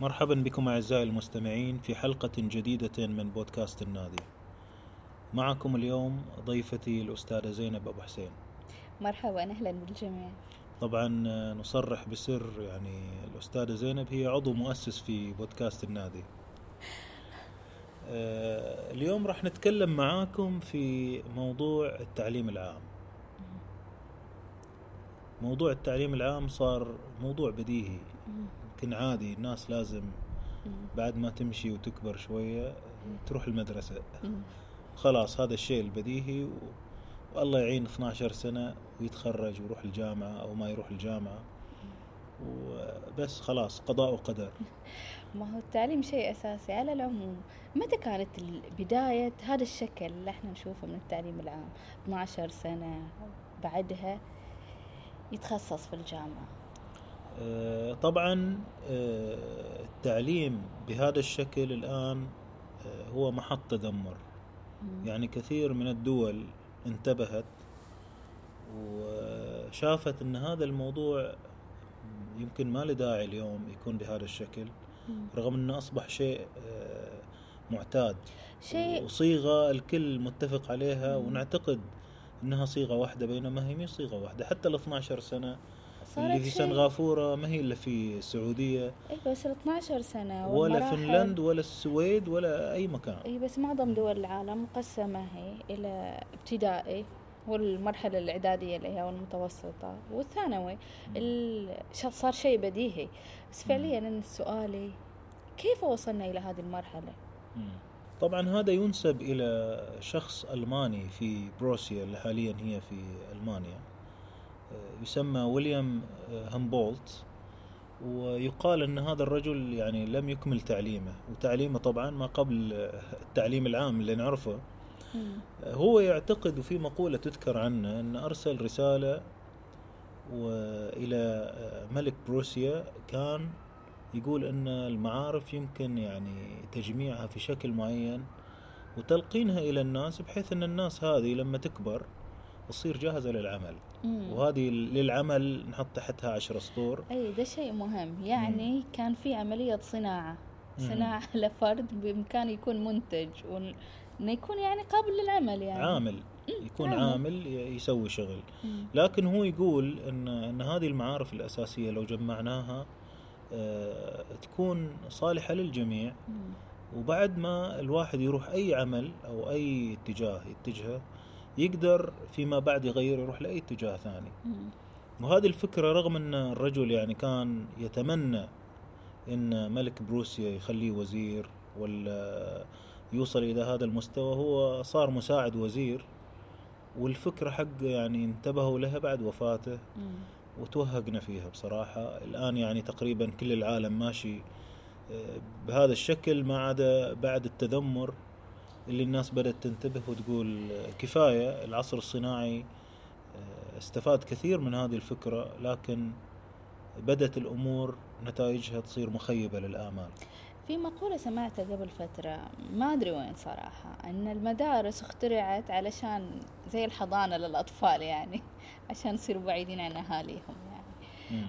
مرحبا بكم أعزائي المستمعين في حلقة جديدة من بودكاست النادي. معكم اليوم ضيفتي الأستاذة زينب أبو حسين. مرحبا، أهلا بالجميع. طبعا نصرح بسر، يعني الأستاذة زينب هي عضو مؤسس في بودكاست النادي. اليوم راح نتكلم معاكم في موضوع التعليم العام. موضوع التعليم العام صار موضوع بديهي، يمكن عادي. الناس لازم بعد ما تمشي وتكبر شوية تروح المدرسة، خلاص هذا الشيء البديهي، والله يعين 12 سنة ويتخرج ويروح الجامعة أو ما يروح الجامعة وبس، خلاص قضاء وقدر. ما هو التعليم شيء أساسي. على العموم، متى كانت بداية هذا الشكل اللي احنا نشوفه من التعليم العام؟ 12 سنة بعدها يتخصص في الجامعة. طبعا التعليم بهذا الشكل الآن هو محط تذمر. يعني كثير من الدول انتبهت وشافت أن هذا الموضوع يمكن ما له داعي اليوم يكون بهذا الشكل، رغم أنه أصبح شيء معتاد، وصيغة الكل متفق عليها، ونعتقد أنها صيغة واحدة، بينما هي مش صيغة واحدة. حتى ال 12 سنة اللي في سنغافورة ما هي إلا في السعودية، بس ال 12 سنة ولا فنلند ولا السويد ولا أي مكان. بس معظم دول العالم مقسمة هي إلى ابتدائي والمرحلة الإعدادية اللي هي المتوسطة والثانوي. صار شيء بديهي، بس فعليا السؤال كيف وصلنا إلى هذه المرحلة؟ طبعا هذا ينسب إلى شخص ألماني في بروسيا اللي حاليا هي في ألمانيا، يسمى ويليام همبولت. ويقال أن هذا الرجل يعني لم يكمل تعليمه، وتعليمه طبعا ما قبل التعليم العام اللي نعرفه. هو يعتقد، وفي مقولة تذكر عنه، أن أرسل رسالة إلى ملك بروسيا، كان يقول أن المعارف يمكن يعني تجميعها في شكل معين وتلقينها إلى الناس، بحيث أن الناس هذه لما تكبر تصير جاهزة للعمل. وهذه للعمل نحط تحتها 10 سطور. ده شيء مهم. يعني كان في عملية صناعة لفرد بإمكانه يكون منتج، وإنه يكون يعني قابل للعمل، يعني عامل، يكون عامل يسوي شغل. لكن هو يقول أن هذه المعارف الأساسية لو جمعناها تكون صالحة للجميع، وبعد ما الواحد يروح أي عمل أو أي اتجاه يتجهه يقدر فيما بعد يغير يروح لأي اتجاه ثاني. وهذه الفكرة، رغم أن الرجل يعني كان يتمنى أن ملك بروسيا يخليه وزير ولا يوصل إلى هذا المستوى، هو صار مساعد وزير. والفكرة حق يعني انتبهوا لها بعد وفاته وتوهقنا فيها بصراحة. الآن يعني تقريبا كل العالم ماشي بهذا الشكل، ما عدا بعد التذمر اللي الناس بدأت تنتبه وتقول كفاية. العصر الصناعي استفاد كثير من هذه الفكرة، لكن بدأت الأمور نتائجها تصير مخيبة للآمال. في مقولة سمعتها قبل فترة، ما أدري وين صراحة، أن المدارس اخترعت علشان زي الحضانة للأطفال، يعني عشان يصيروا بعيدين عن أهاليهم يعني.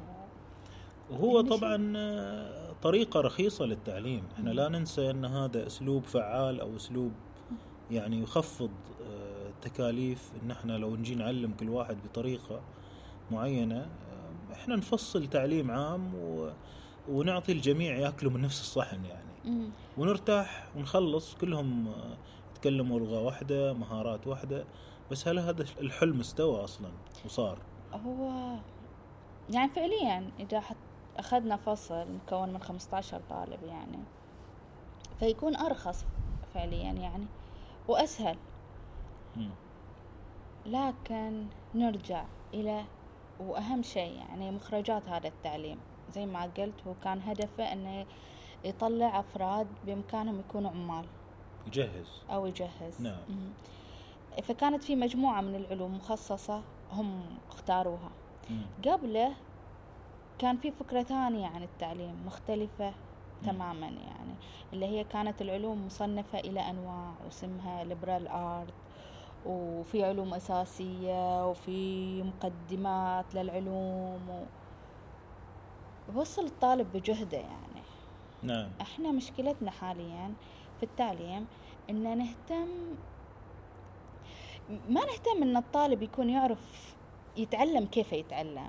وهو طبعا طريقة رخيصة للتعليم. احنا لا ننسى أن هذا أسلوب فعال أو أسلوب يعني يخفض التكاليف. إن احنا لو نجي نعلم كل واحد بطريقة معينة، احنا نفصل تعليم عام ونعطي الجميع يأكلوا من نفس الصحن يعني، ونرتاح ونخلص كلهم يتكلموا لغة واحدة، مهارات واحدة. بس هل هذا الحلم استوى أصلا وصار؟ هو يعني فعليا إذا أخذنا فصل مكون من 15 طالب يعني، فيكون أرخص فعليا يعني وأسهل. لكن نرجع إلى وأهم شيء يعني مخرجات هذا التعليم. زي ما قلت، هو كان هدفه أنه يطلع أفراد بإمكانهم يكونوا عمال، يجهز. نعم. فكانت في مجموعة من العلوم مخصصة هم اختاروها. قبله كان في فكرة ثانية عن التعليم مختلفة تماما، يعني اللي هي كانت العلوم مصنفة إلى أنواع واسمها liberal art، وفي علوم أساسية وفي مقدمات للعلوم، ووصل الطالب بجهده يعني. نعم. احنا مشكلتنا حاليا في التعليم ان ما نهتم ان الطالب يكون يعرف يتعلم كيف يتعلم.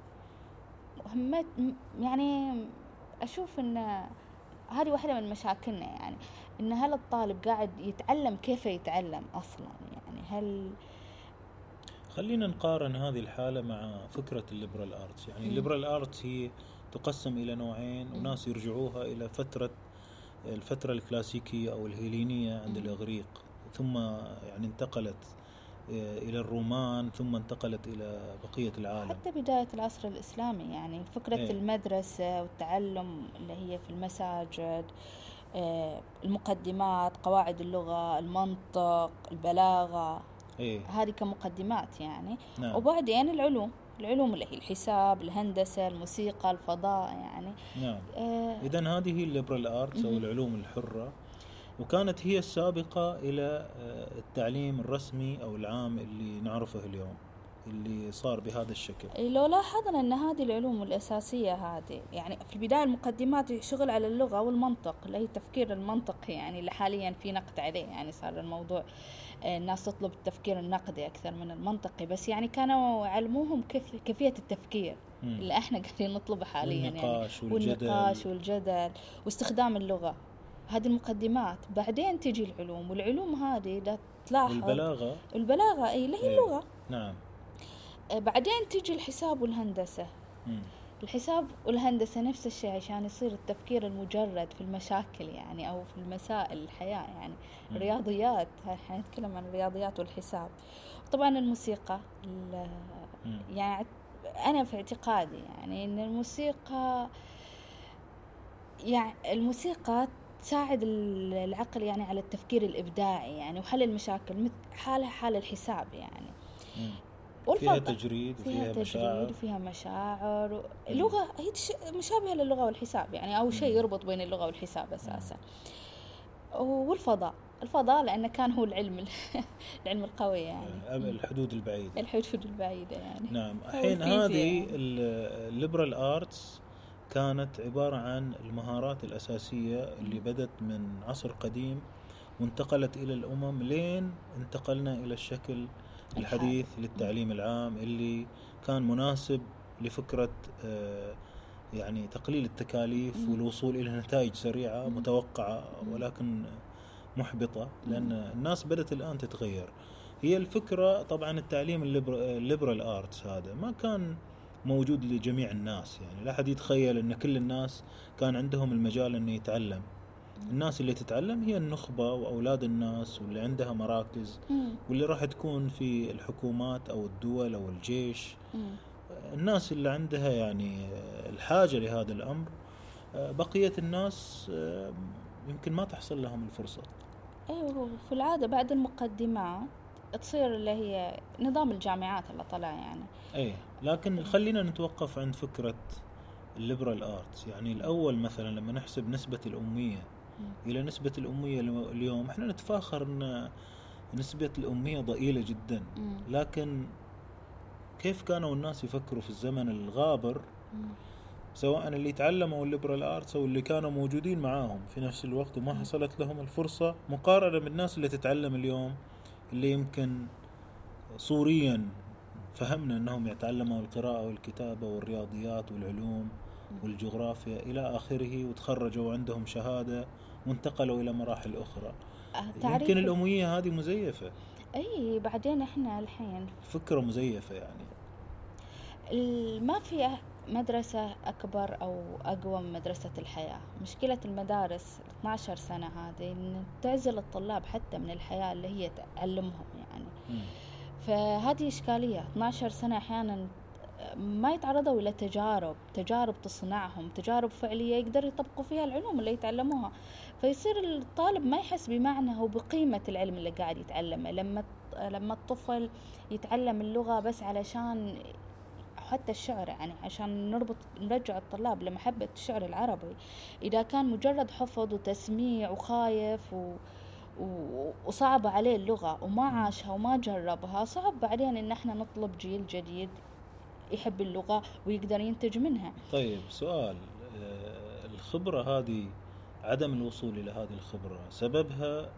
يعني اشوف ان هذه واحدة من مشاكلنا، يعني ان هل الطالب قاعد يتعلم كيف يتعلم اصلا؟ يعني هل خلينا نقارن هذه الحالة مع فكرة الليبرال آرتس. يعني الليبرال آرتس هي تقسم إلى نوعين، وناس يرجعوها إلى الفترة الكلاسيكية أو الهيلينية عند الإغريق، ثم يعني انتقلت إلى الرومان، ثم انتقلت إلى بقية العالم حتى بداية العصر الإسلامي. يعني فكرة المدرسة والتعلم اللي هي في المساجد، المقدمات، قواعد اللغة، المنطق، البلاغة، هذه كمقدمات يعني. نعم. وبعدين العلوم اللي هي الحساب، الهندسة، الموسيقى، الفضاء يعني. نعم. إذن هذه الليبرال آرتس أو العلوم الحرة، وكانت هي السابقة إلى التعليم الرسمي أو العام اللي نعرفه اليوم، اللي صار بهذا الشكل. لو لاحظنا أن هذه العلوم الأساسية هذه، يعني في البداية المقدمات شغل على اللغة والمنطق، اللي هي التفكير المنطقي، يعني اللي حاليا في نقد عليه. يعني صار الموضوع الناس تطلب التفكير النقدي أكثر من المنطقي، بس يعني كانوا علموهم كيفية التفكير اللي احنا قاعدين نطلبه حاليا، والنقاش والجدل واستخدام اللغة. هذه المقدمات. بعدين تجي العلوم، والعلوم هذه إذا تلاحظ البلاغة أي اللي هي اللغة. نعم. بعدين تجي الحساب والهندسة. الحساب والهندسة نفس الشيء، عشان يصير التفكير المجرد في المشاكل يعني، أو في المسائل الحياة يعني. الرياضيات، احنا نتكلم عن الرياضيات والحساب. طبعا الموسيقى، يعني أنا في اعتقادي يعني إن الموسيقى تساعد العقل يعني على التفكير الإبداعي يعني، وحل المشاكل، مثل حال الحساب يعني. فيها تجريد وفيها مشاعر. اللغة هي مشابهة للغة والحساب يعني، أو شيء يربط بين اللغة والحساب أساسا. والفضاء لأنه كان هو العلم القوي يعني، الحدود البعيدة يعني. نعم. الحين هذه الليبرال آرتس كانت عبارة عن المهارات الأساسية اللي بدت من عصر قديم وانتقلت إلى الأمم، لين انتقلنا إلى الشكل الحديث للتعليم العام، اللي كان مناسب لفكرة يعني تقليل التكاليف والوصول إلى نتائج سريعة متوقعة ولكن محبطة، لأن الناس بدأت الآن تتغير. هي الفكرة طبعا التعليم الليبرال آرتس هذا ما كان موجود لجميع الناس، يعني لا أحد يتخيل أن كل الناس كان عندهم المجال أن يتعلم. الناس اللي تتعلم هي النخبة وأولاد الناس، واللي عندها مراكز، واللي راح تكون في الحكومات أو الدول أو الجيش. الناس اللي عندها يعني الحاجة لهذا الأمر. بقية الناس يمكن ما تحصل لهم الفرصة. أيوة، في العادة بعد المقدمات تصير اللي هي نظام الجامعات اللي طلع يعني. لكن خلينا نتوقف عند فكرة الليبرال آرتس. يعني الأول مثلا لما نحسب نسبة الأمية إلى نسبة الأمية اليوم، احنا نتفاخر أن نسبة الأمية ضئيلة جدا، لكن كيف كانوا الناس يفكروا في الزمن الغابر، سواء اللي تعلموا الليبرال آرتس أو اللي كانوا موجودين معاهم في نفس الوقت وما حصلت لهم الفرصة، مقارنة بالناس اللي تتعلم اليوم، اللي يمكن صوريا فهمنا أنهم يتعلموا القراءة والكتابة والرياضيات والعلوم والجغرافيا إلى آخره، وتخرجوا عندهم شهادة وانتقلوا إلى مراحل أخرى. يمكن الأمية هذه مزيفة. بعدين إحنا الحين فكرة مزيفة يعني. ما في مدرسة أكبر أو أقوى من مدرسة الحياة. مشكلة المدارس 12 سنة هذه إن تعزل الطلاب حتى من الحياة اللي هي تعلمهم يعني. فهذه إشكالية. 12 سنة أحيانا ما يتعرضوا إلى تجارب تصنعهم، تجارب فعلية يقدر يطبقوا فيها العلوم اللي يتعلموها. فيصير الطالب ما يحس بمعنى وبقيمة العلم اللي قاعد يتعلمه. لما الطفل يتعلم اللغة بس علشان، حتى الشعر يعني، عشان نرجع الطلاب لمحبة الشعر العربي، إذا كان مجرد حفظ وتسميع وخايف وصعب عليه اللغة وما عاشها وما جربها، صعب بعدين إن احنا نطلب جيل جديد يحب اللغة ويقدر ينتج منها. طيب سؤال، الخبرة هذه، عدم الوصول إلى هذه الخبرة سببها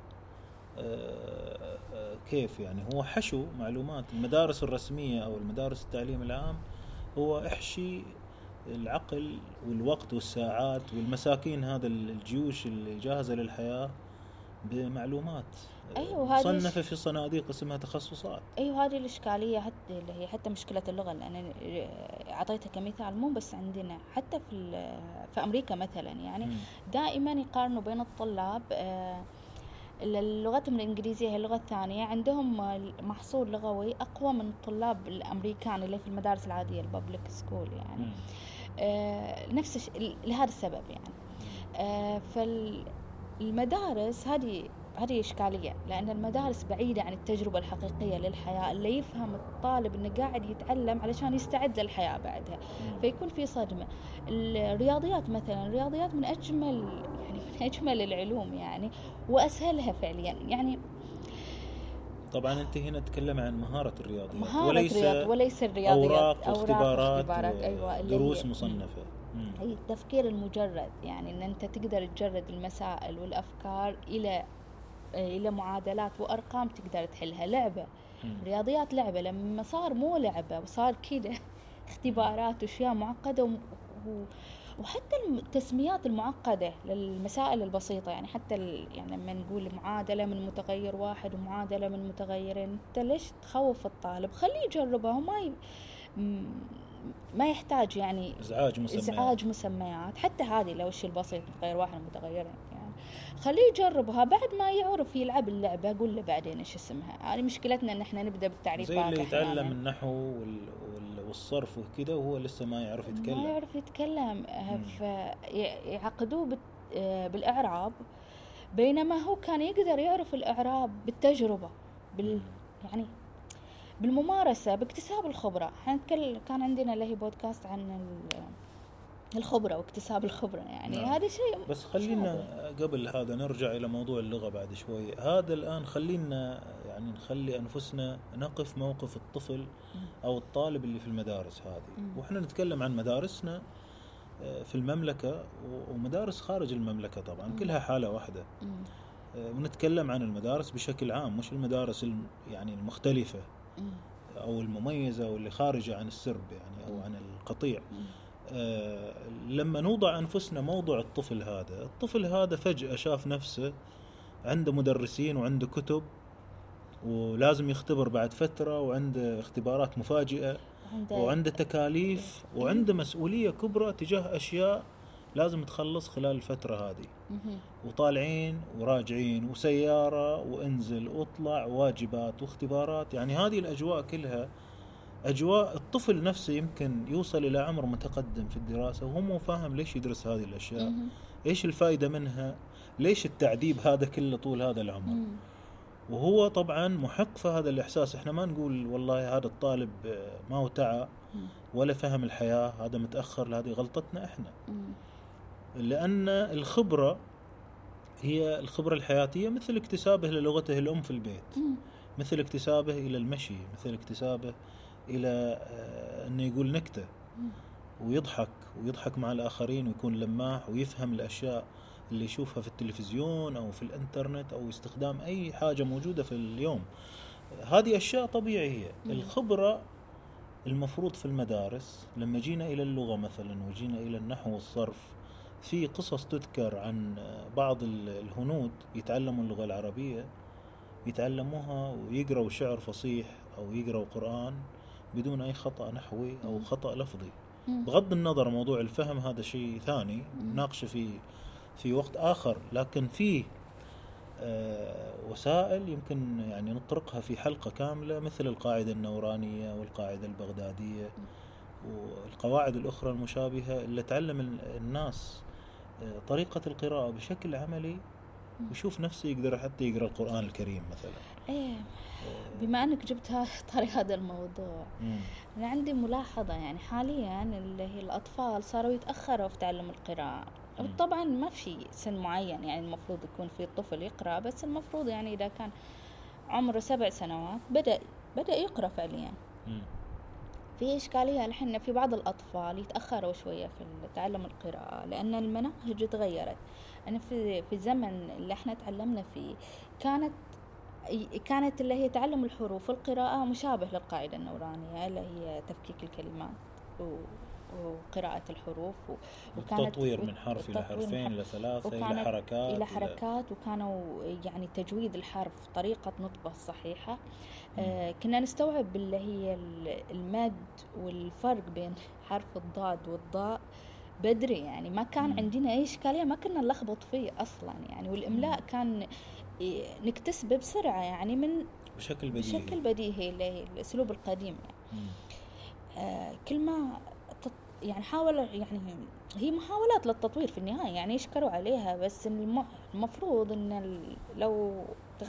كيف يعني؟ هو حشو معلومات. المدارس الرسمية أو المدارس التعليم العام هو احشي العقل والوقت والساعات والمساكين، هذا الجيوش اللي جاهزة للحياة، بمعلومات مصنفة في صناديق اسمها تخصصات. أيوة، هذه الإشكالية حتى اللي هي حتى مشكلة اللغة، لأن أعطيتها كمثال مو بس عندنا، حتى في أمريكا مثلا يعني دائما يقارنوا بين الطلاب لغتهم الإنجليزية هي اللغة الثانية، عندهم محصول لغوي أقوى من الطلاب الأمريكان اللي في المدارس العادية البابليك سكول يعني. نفس لهذا السبب يعني. فالمدارس هذه إشكالية، لأن المدارس بعيدة عن التجربة الحقيقية للحياة، اللي يفهم الطالب إنه قاعد يتعلم علشان يستعد للحياة بعدها، فيكون في صدمة. الرياضيات مثلا، الرياضيات من أجمل العلوم يعني، وأسهلها فعليا يعني. طبعا أنت هنا تتكلم عن مهارة الرياضيات، وليس الرياضيات أوراق واختبارات أيوة، دروس مصنفة. هي التفكير المجرد، يعني إن أنت تقدر تجرد المسائل والأفكار إلى معادلات وأرقام تقدر تحلها. لعبة رياضيات لعبة، لما صار مو لعبة وصار كده اختبارات وأشياء معقدة، وحتى التسميات المعقدة للمسائل البسيطة يعني. حتى يعني لما نقول معادلة من متغير واحد ومعادلة من متغيرين، أنت ليش تخوف الطالب؟ خليه يجربها، ما يحتاج يعني إزعاج مسميات. حتى هذه لو الشيء البسيط متغير واحد ومتغيرين يعني، خليه يجربها، بعد ما يعرف يلعب اللعبة قول له بعدين إيش اسمها. يعني مشكلتنا إن إحنا نبدأ بالتعريفات، زي اللي يتعلم النحو والصرف وكذا وهو لسه ما يعرف يتكلم. فيعقدوه بالإعراب، بينما هو كان يقدر يعرف الإعراب بالتجربة، يعني بالممارسة، باكتساب الخبرة. كان عندنا له بودكاست عن الخبرة واكتساب الخبرة يعني. هذا شيء. بس خلينا قبل هذا نرجع إلى موضوع اللغة بعد شوي. هذا الآن خلينا يعني نخلي أنفسنا نقف موقف الطفل أو الطالب اللي في المدارس هذه، وإحنا نتكلم عن مدارسنا في المملكة ومدارس خارج المملكة، طبعا كلها حالة واحدة. ونتكلم عن المدارس بشكل عام، مش المدارس يعني المختلفة أو المميزة واللي خارجة عن السرب يعني أو عن القطيع. لما نوضع أنفسنا موضوع الطفل هذا فجأة شاف نفسه عنده مدرسين وعنده كتب ولازم يختبر بعد فترة، وعنده اختبارات مفاجئة، وعنده تكاليف، وعنده مسؤولية كبرى تجاه أشياء لازم تخلص خلال الفترة هذه، وطالعين وراجعين وسيارة وانزل واطلع واجبات واختبارات. يعني هذه الأجواء كلها أجواء الطفل نفسه يمكن يوصل إلى عمر متقدم في الدراسة وهو مو فاهم ليش يدرس هذه الأشياء، إيش الفائدة منها، ليش التعذيب هذا كله طول هذا العمر. وهو طبعا محق في هذا الإحساس. إحنا ما نقول والله هذا الطالب ما هو تعب ولا فهم الحياة، هذا متأخر، هذه غلطتنا إحنا. لأن الخبرة هي الخبرة الحياتية، مثل اكتسابه للغته الأم في البيت، مثل اكتسابه إلى المشي، مثل اكتسابه إلى أنه يقول نكتة ويضحك مع الآخرين ويكون لماح ويفهم الأشياء اللي يشوفها في التلفزيون أو في الإنترنت أو استخدام أي حاجة موجودة في اليوم. هذه أشياء طبيعية. الخبرة المفروض في المدارس، لما جينا إلى اللغة مثلا وجينا إلى النحو والصرف، في قصص تذكر عن بعض الهنود يتعلموا اللغة العربية، يتعلموها ويقرأوا شعر فصيح أو يقرأوا قرآن بدون أي خطأ نحوي أو خطأ لفظي. بغض النظر موضوع الفهم هذا شيء ثاني ناقشه في وقت آخر، لكن فيه وسائل يمكن يعني نطرقها في حلقة كاملة، مثل القاعدة النورانية والقاعدة البغدادية والقواعد الأخرى المشابهة، اللي تعلم الناس طريقة القراءة بشكل عملي ويشوف نفسه يقدر حتى يقرأ القرآن الكريم مثلا. بما أنك جبت طاري هذا الموضوع، أنا عندي ملاحظة يعني حاليا اللي هي الأطفال صاروا يتأخروا في تعلم القراءة. طبعا ما في سن معين يعني المفروض يكون في طفل يقرأ، بس المفروض يعني إذا كان عمره 7 سنوات بدأ يقرأ فعليا. في إشكالية الحين في بعض الأطفال يتأخروا شوية في تعلم القراءة لأن المناهج تغيرت. أنا في الزمن اللي احنا تعلمنا فيه كانت اللي هي تعلم الحروف والقراءة مشابه للقاعدة النورانية اللي هي تفكيك الكلمات وقراءة الحروف وكانت تطوير من حرف إلى حرفين إلى ثلاثة إلى حركات وكانوا يعني تجويد الحرف طريقة نطقه الصحيحة. كنا نستوعب اللي هي المد والفرق بين حرف الضاد والضاء بدري، يعني ما كان عندنا أي إشكالية، ما كنا نلخبط فيه أصلا يعني. والإملاء كان نكتسبه بسرعة يعني من بشكل بديهي اللي هي الأسلوب القديم يعني. كلمة يعني يعني هي محاولات للتطوير في النهاية يعني يشكروا عليها، بس المفروض إن لو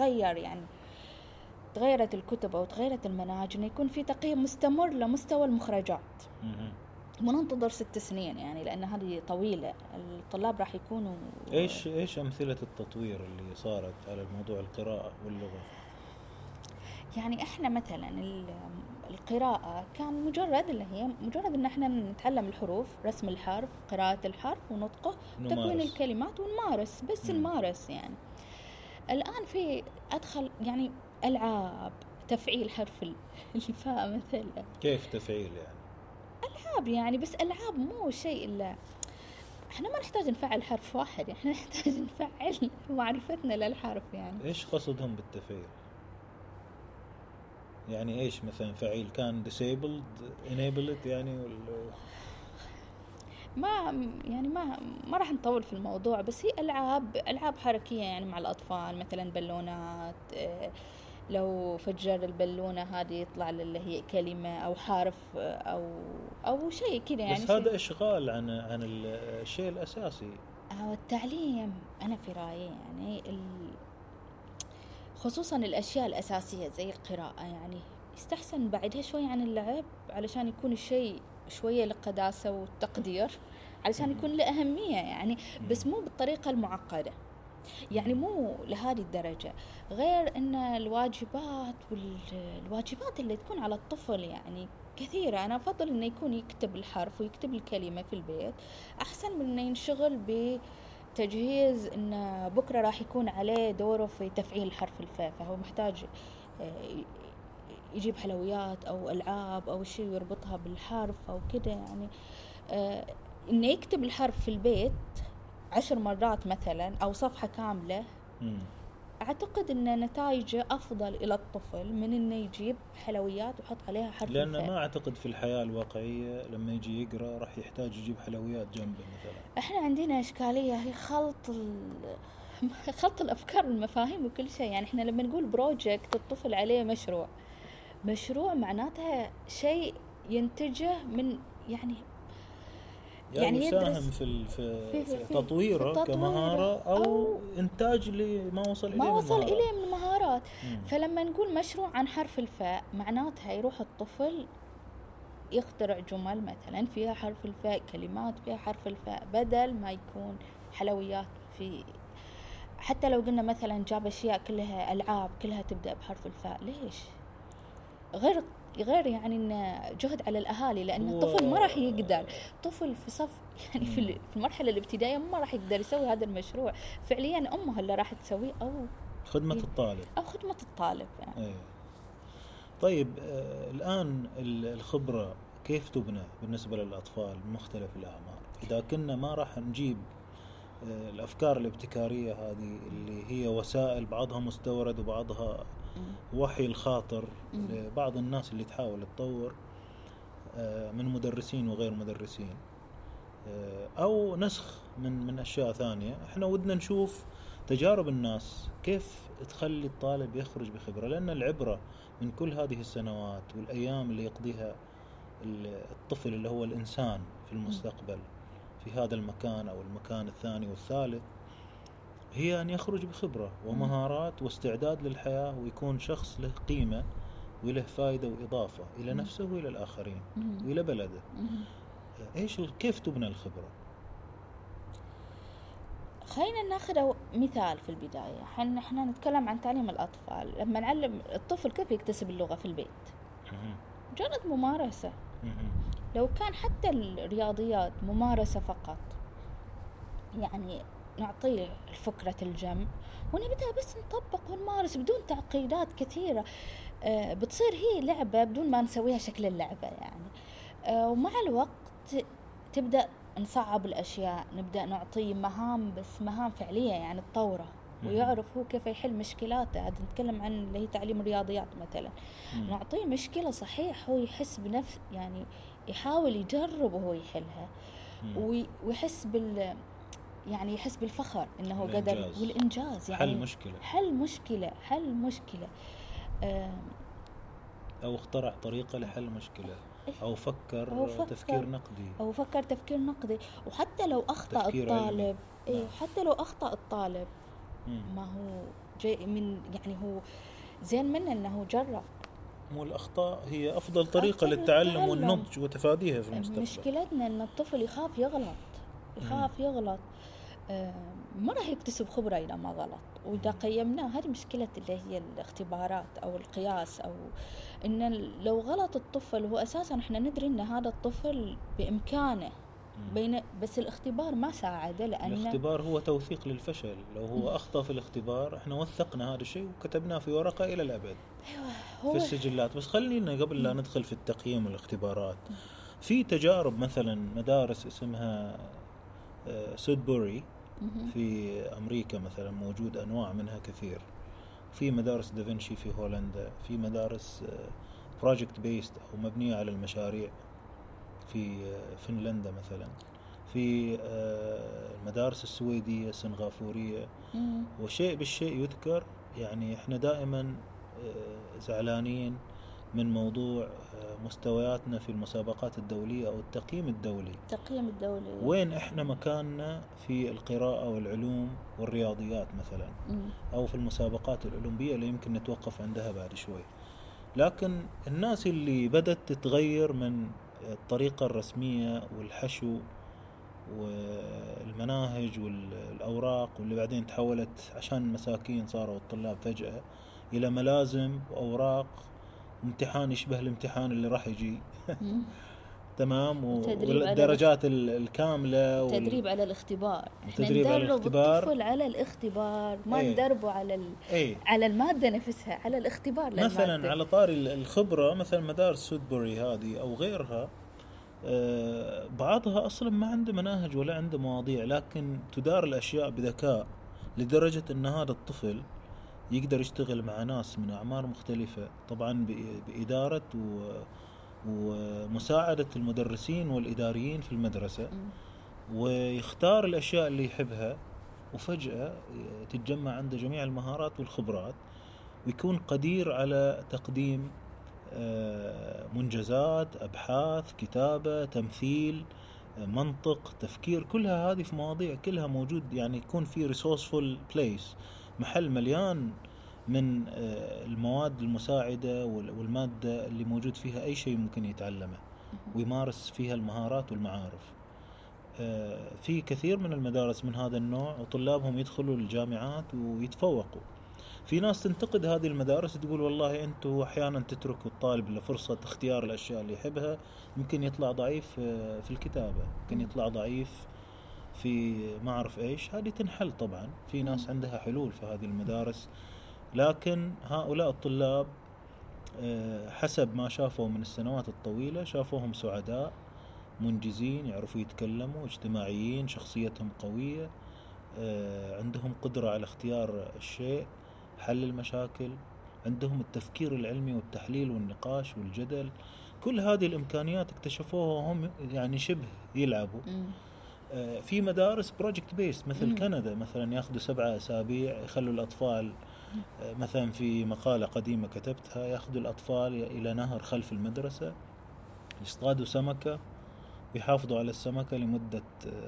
تغيرت الكتب أو تغيرت المناهج إنه يكون في تقييم مستمر لمستوى المخرجات. ما ننتظر 6 سنين يعني لأن هذه طويلة، الطلاب راح يكونوا إيش أمثلة التطوير اللي صارت على الموضوع القراءة واللغة؟ يعني إحنا مثلا القراءة كان مجرد إن إحنا نتعلم الحروف، رسم الحرف، قراءة الحرف ونطقه، تكوين الكلمات ونمارس بس نمارس يعني. الآن في أدخل يعني ألعاب تفعيل حرف الفاء مثلا. كيف تفعيل يعني؟ ألعاب يعني، بس ألعاب مو شيء إلا إحنا ما نحتاج نفعل حرف واحد، إحنا نحتاج نفعل معرفتنا للحرف يعني. إيش قصدهم بالتفعيل؟ يعني إيش مثلا فعيل كان disabled enabled يعني ما راح نطول في الموضوع، بس هي ألعاب حركية يعني مع الأطفال، مثلا بالونات، لو فجر البالونة هذه يطلع اللي هي كلمة أو حرف أو شيء كده يعني. بس هذا إشغال عن الشيء الأساسي. التعليم أنا في رأيي يعني خصوصا الأشياء الأساسية زي القراءة يعني يستحسن بعدها شوي عن اللعب علشان يكون الشيء شوية للقداسة والتقدير، علشان يكون له أهمية يعني، بس مو بالطريقة المعقدة يعني، مو لهذه الدرجة. غير أن الواجبات اللي تكون على الطفل يعني كثيرة. أنا أفضل أنه يكون يكتب الحرف ويكتب الكلمة في البيت أحسن من أنه ينشغل بتجهيز أنه بكرة راح يكون عليه دوره في تفعيل حرف الفاء، فهو محتاج يجيب حلويات أو ألعاب أو شيء يربطها بالحرف أو كده يعني. إنه يكتب الحرف في البيت 10 مرات مثلا أو صفحة كاملة، أعتقد أن نتائجه أفضل إلى الطفل من إنه يجيب حلويات ويحط عليها حرف لأن ما أعتقد في الحياة الواقعية لما يجي يقرأ راح يحتاج يجيب حلويات جنبه مثلا. إحنا عندنا إشكالية هي خلط الأفكار والمفاهيم وكل شيء يعني. إحنا لما نقول بروجكت الطفل عليه مشروع معناتها شيء ينتجه من يعني يساهم في تطويره كمهارة أو إنتاج ما وصل إليه من مهارات. فلما نقول مشروع عن حرف الفاء معناتها يروح الطفل يخترع جمل مثلا فيها حرف الفاء، كلمات فيها حرف الفاء، بدل ما يكون حلويات. حتى لو قلنا مثلا جاب أشياء كلها ألعاب كلها تبدأ بحرف الفاء، ليش؟ غير يعني إن جهد على الأهالي، لأن الطفل ما راح يقدر، طفل في صف يعني في المرحلة الابتدائية ما راح يقدر يسوي هذا المشروع، فعليا أمه اللي راح تسويه أو خدمة الطالب يعني. أيه. طيب الآن الخبرة كيف تبنى بالنسبة للأطفال بمختلف الأعمار؟ إذا كنا ما راح نجيب الأفكار الابتكارية هذه اللي هي وسائل بعضها مستورد وبعضها وحي الخاطر لبعض الناس اللي تحاول تطور من مدرسين وغير مدرسين، أو نسخ من أشياء ثانية، إحنا ودنا نشوف تجارب الناس كيف تخلي الطالب يخرج بخبرة، لأن العبرة من كل هذه السنوات والأيام اللي يقضيها الطفل اللي هو الإنسان في المستقبل في هذا المكان أو المكان الثاني والثالث هي أن يخرج بخبرة ومهارات واستعداد للحياة، ويكون شخص له قيمة وله فائدة وإضافة إلى نفسه وإلى الآخرين وإلى بلده. كيف تبنى الخبرة؟ خلينا ناخذ مثال في البداية. احنا نتكلم عن تعليم الأطفال. لما نعلم الطفل كيف يكتسب اللغة في البيت، مجرد ممارسة لو كان حتى الرياضيات ممارسة فقط، يعني نعطيه فكرة الجمع ونبدأ بس نطبق ونمارس بدون تعقيدات كثيرة. بتصير هي لعبة بدون ما نسويها شكل اللعبة يعني. ومع الوقت تبدأ نصعب الأشياء، نبدأ نعطيه مهام، بس مهام فعلية يعني تطوره ويعرف هو كيف يحل مشكلاته. هذا نتكلم عن اللي هي تعليم الرياضيات مثلا. نعطيه مشكلة صحيح هو يحس بنفس، يعني يحاول يجرب وهو يحلها، ويحس يعني يحس بالفخر انه قدر، والانجاز يعني حل مشكلة او اخترع طريقة لحل مشكلة، او فكر تفكير نقدي، وحتى لو اخطأ الطالب حتى لو اخطأ الطالب ما هو جاي من، يعني هو زين منه انه جرب. مو الأخطاء هي أفضل طريقة للتعلم والنضج وتفاديها في المستقبل. مشكلتنا أن الطفل يخاف يغلط ما راح يكتسب خبرة إذا ما غلط. وإذا قيمناه، هذه مشكلة اللي هي الاختبارات أو القياس، أو إن لو غلط الطفل هو أساسا إحنا ندري إن هذا الطفل بإمكانه بس الاختبار ما ساعده، لأن الاختبار هو توثيق للفشل. لو هو أخطأ في الاختبار احنا وثقنا هذا الشيء وكتبناه في ورقة إلى الأبد في السجلات. بس خلينا قبل لا ندخل في التقييم والاختبارات، في تجارب مثلا مدارس اسمها سودبوري في أمريكا مثلا، موجود أنواع منها كثير. في مدارس دافنشي في هولندا، في مدارس بروجكت بيست أو مبنية على المشاريع في فنلندا مثلا، في المدارس السويدية السنغافورية. وشيء بالشيء يذكر، يعني احنا دائما زعلانين من موضوع مستوياتنا في المسابقات الدولية أو التقييم الدولي. وين احنا مكاننا في القراءة والعلوم والرياضيات مثلا، أو في المسابقات الأولمبية اللي يمكن نتوقف عندها بعد شوي. لكن الناس اللي بدأت تتغير من الطريقة الرسمية والحشو والمناهج والأوراق، واللي بعدين تحولت عشان مساكين صاروا الطلاب فجأة إلى ملازم وأوراق وامتحان يشبه الامتحان اللي راح يجي تمام، والدرجات الكاملة تدريب على الاختبار. تدريب على الاختبار، الطفل على الاختبار، ما ندربه على المادة نفسها، على الاختبار مثلا. على طاري الخبرة، مثلا مدارس سودبوري هذه أو غيرها، بعضها أصلا ما عنده مناهج ولا عنده مواضيع، لكن تدار الأشياء بذكاء لدرجة أن هذا الطفل يقدر يشتغل مع ناس من أعمار مختلفة، طبعا بإدارة ومساعدة المدرسين والإداريين في المدرسة، ويختار الأشياء اللي يحبها، وفجأة تتجمع عنده جميع المهارات والخبرات، ويكون قدير على تقديم منجزات، أبحاث، كتابة، تمثيل، منطق، تفكير. كلها هذه في مواضيع كلها موجود، يعني يكون في resourceful place، محل مليان من المواد المساعدة والمادة اللي موجود فيها أي شيء ممكن يتعلمه ويمارس فيها المهارات والمعارف. في كثير من المدارس من هذا النوع، وطلابهم يدخلوا الجامعات ويتفوقوا. في ناس تنتقد هذه المدارس، تقول والله أنتوا أحيانا تتركوا الطالب لفرصة اختيار الأشياء اللي يحبها، يمكن يطلع ضعيف في الكتابة، يمكن يطلع ضعيف في ما أعرف إيش. هذه تنحل طبعا، في ناس عندها حلول في هذه المدارس. لكن هؤلاء الطلاب حسب ما شافوا من السنوات الطويلة، شافوهم سعداء، منجزين، يعرفوا يتكلموا، اجتماعيين، شخصيتهم قوية، عندهم قدرة على اختيار الشيء، حل المشاكل، عندهم التفكير العلمي والتحليل والنقاش والجدل. كل هذه الإمكانيات اكتشفوها وهم يعني شبه يلعبوا. في مدارس بروجكت بيست مثل كندا مثلا، ياخذوا 7 أسابيع يخلوا الأطفال، مثلا في مقالة قديمة كتبتها، ياخذوا الأطفال إلى نهر خلف المدرسة، يصطادوا سمكة ويحافظوا على السمكة لمدة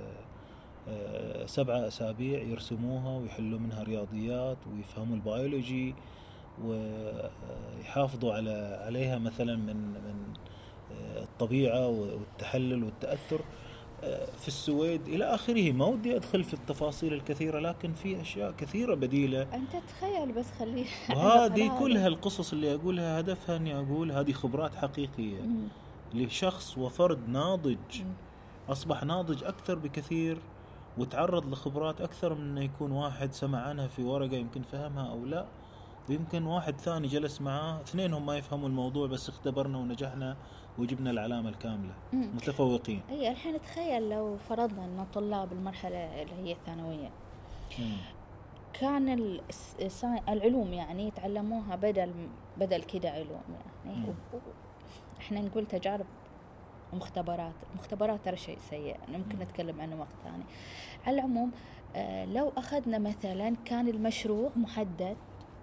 7 أسابيع، يرسموها ويحلوا منها رياضيات ويفهموا البيولوجي ويحافظوا عليها مثلا من الطبيعة والتحلل والتأثر. في السويد إلى آخره. ما ودي أدخل في التفاصيل الكثيرة، لكن في أشياء كثيرة بديلة. أنت تخيل بس خليه. وهذه كلها القصص اللي أقولها هدفها أني أقول هذه خبرات حقيقية. لشخص وفرد ناضج، أصبح ناضج أكثر بكثير وتعرض لخبرات أكثر من أنه يكون واحد سمع عنها في ورقة يمكن فهمها أو لا، ويمكن واحد ثاني جلس معاه، اثنينهم ما يفهموا الموضوع بس اختبرنا ونجحنا وجبنا العلامة الكاملة. متفوقين. أي الحين تخيل لو فرضنا أن طلاب المرحلة اللي هي الثانوية كان العلوم يعني يتعلموها بدل كده علوم يعني احنا نقول تجارب مختبرات ترى شيء سيء، ممكن نتكلم عنه وقت ثاني. على العموم لو أخذنا مثلا كان المشروع محدد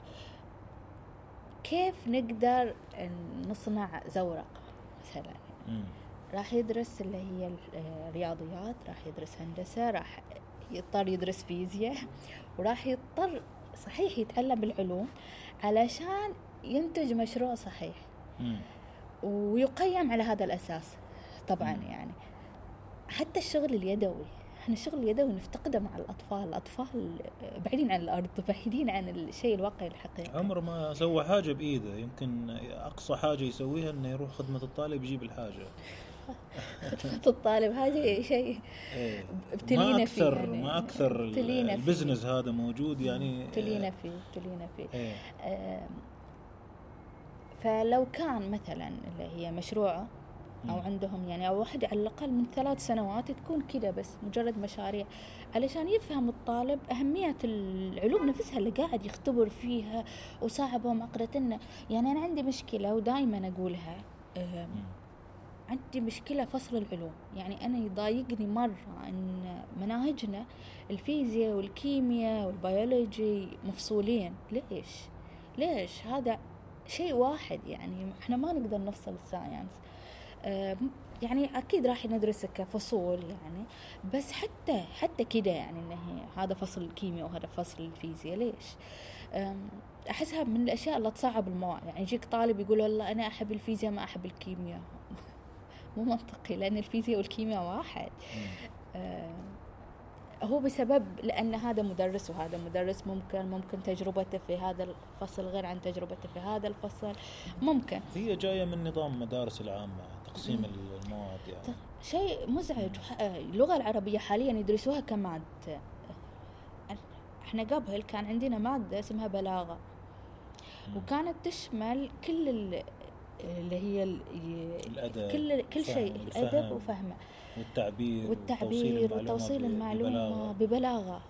كيف نقدر نصنع زورق مثلا، راح يدرس اللي هي الرياضيات، راح يدرس هندسة، راح يضطر يدرس فيزياء، وراح يضطر صحيح يتعلم العلوم علشان ينتج مشروع صحيح ويقيم على هذا الأساس. طبعا يعني حتى الشغل اليدوي، احنا الشغل اليدوي نفتقده مع الأطفال بعيدين عن الأرض، بعيدين عن الشيء الواقعي الحقيقي. عمر ما سوى حاجة بإيده، يمكن أقصى حاجة يسويها إنه يروح خدمة الطالب يجيب الحاجة. خدمة الطالب هذا شيء ابتلينا فيه يعني. ما أكثر البزنس هذا موجود يعني. ابتلينا فيه. فلو كان مثلا اللي هي مشروعه أو عندهم يعني أو واحد على الأقل من 3 سنوات تكون كده بس مجرد مشاريع علشان يفهم الطالب أهمية العلوم نفسها اللي قاعد يختبر فيها وصعبة ومعقدة. يعني أنا عندي مشكلة ودائما أقولها، عندي مشكلة فصل العلوم. يعني أنا يضايقني مرة أن مناهجنا الفيزياء والكيمياء والبيولوجي مفصولين. ليش هذا شيء واحد؟ يعني إحنا ما نقدر نفصل الساينس. يعني أكيد راح ندرس كفصول يعني، بس حتى كده يعني إنه هذا فصل الكيمياء وهذا فصل الفيزياء. ليش؟ أحسها من الأشياء اللي تصعب المواد. يعني يجيك طالب يقول والله أنا أحب الفيزياء ما أحب الكيمياء. مو منطقي، لأن الفيزياء والكيمياء واحد. هو بسبب لأن هذا مدرس وهذا مدرس، ممكن تجربته في هذا الفصل غير عن تجربته في هذا الفصل. ممكن هي جاية من نظام مدارس العامة، تقسيم المواد يعني شيء مزعج. اللغة العربية حاليا يدرسوها كمادة. احنا قبل كان عندنا مادة اسمها بلاغة، وكانت تشمل كل اللي هي الأدب، كل شيء، الأدب وفهمه والتعبير وتوصيل المعلومة ببلاغة.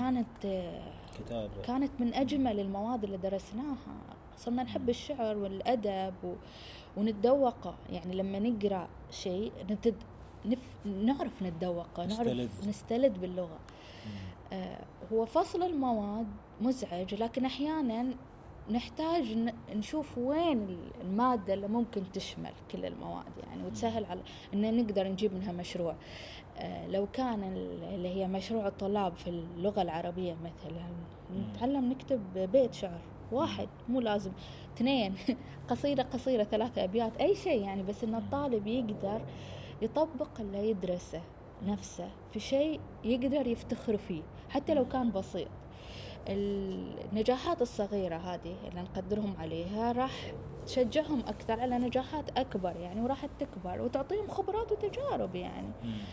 كانت من أجمل المواد اللي درسناها. صرنا نحب الشعر والأدب ونتذوقه. يعني لما نقرأ شيء نعرف نتذوقه، نعرف نستلذ باللغة. هو فصل المواد مزعج، لكن أحيانا نحتاج نشوف وين المادة اللي ممكن تشمل كل المواد يعني وتسهل على إن نقدر نجيب منها مشروع. لو كان اللي هي مشروع الطلاب في اللغة العربية مثلا نتعلم نكتب بيت شعر واحد، مو لازم 2 قصيدة 3 أبيات، أي شيء يعني، بس إن الطالب يقدر يطبق اللي يدرسه نفسه في شيء يقدر يفتخر فيه حتى لو كان بسيط. النجاحات الصغيرة هذه اللي نقدرهم عليها راح تشجعهم أكثر على نجاحات أكبر يعني، وراح تكبر وتعطيهم خبرات وتجارب يعني.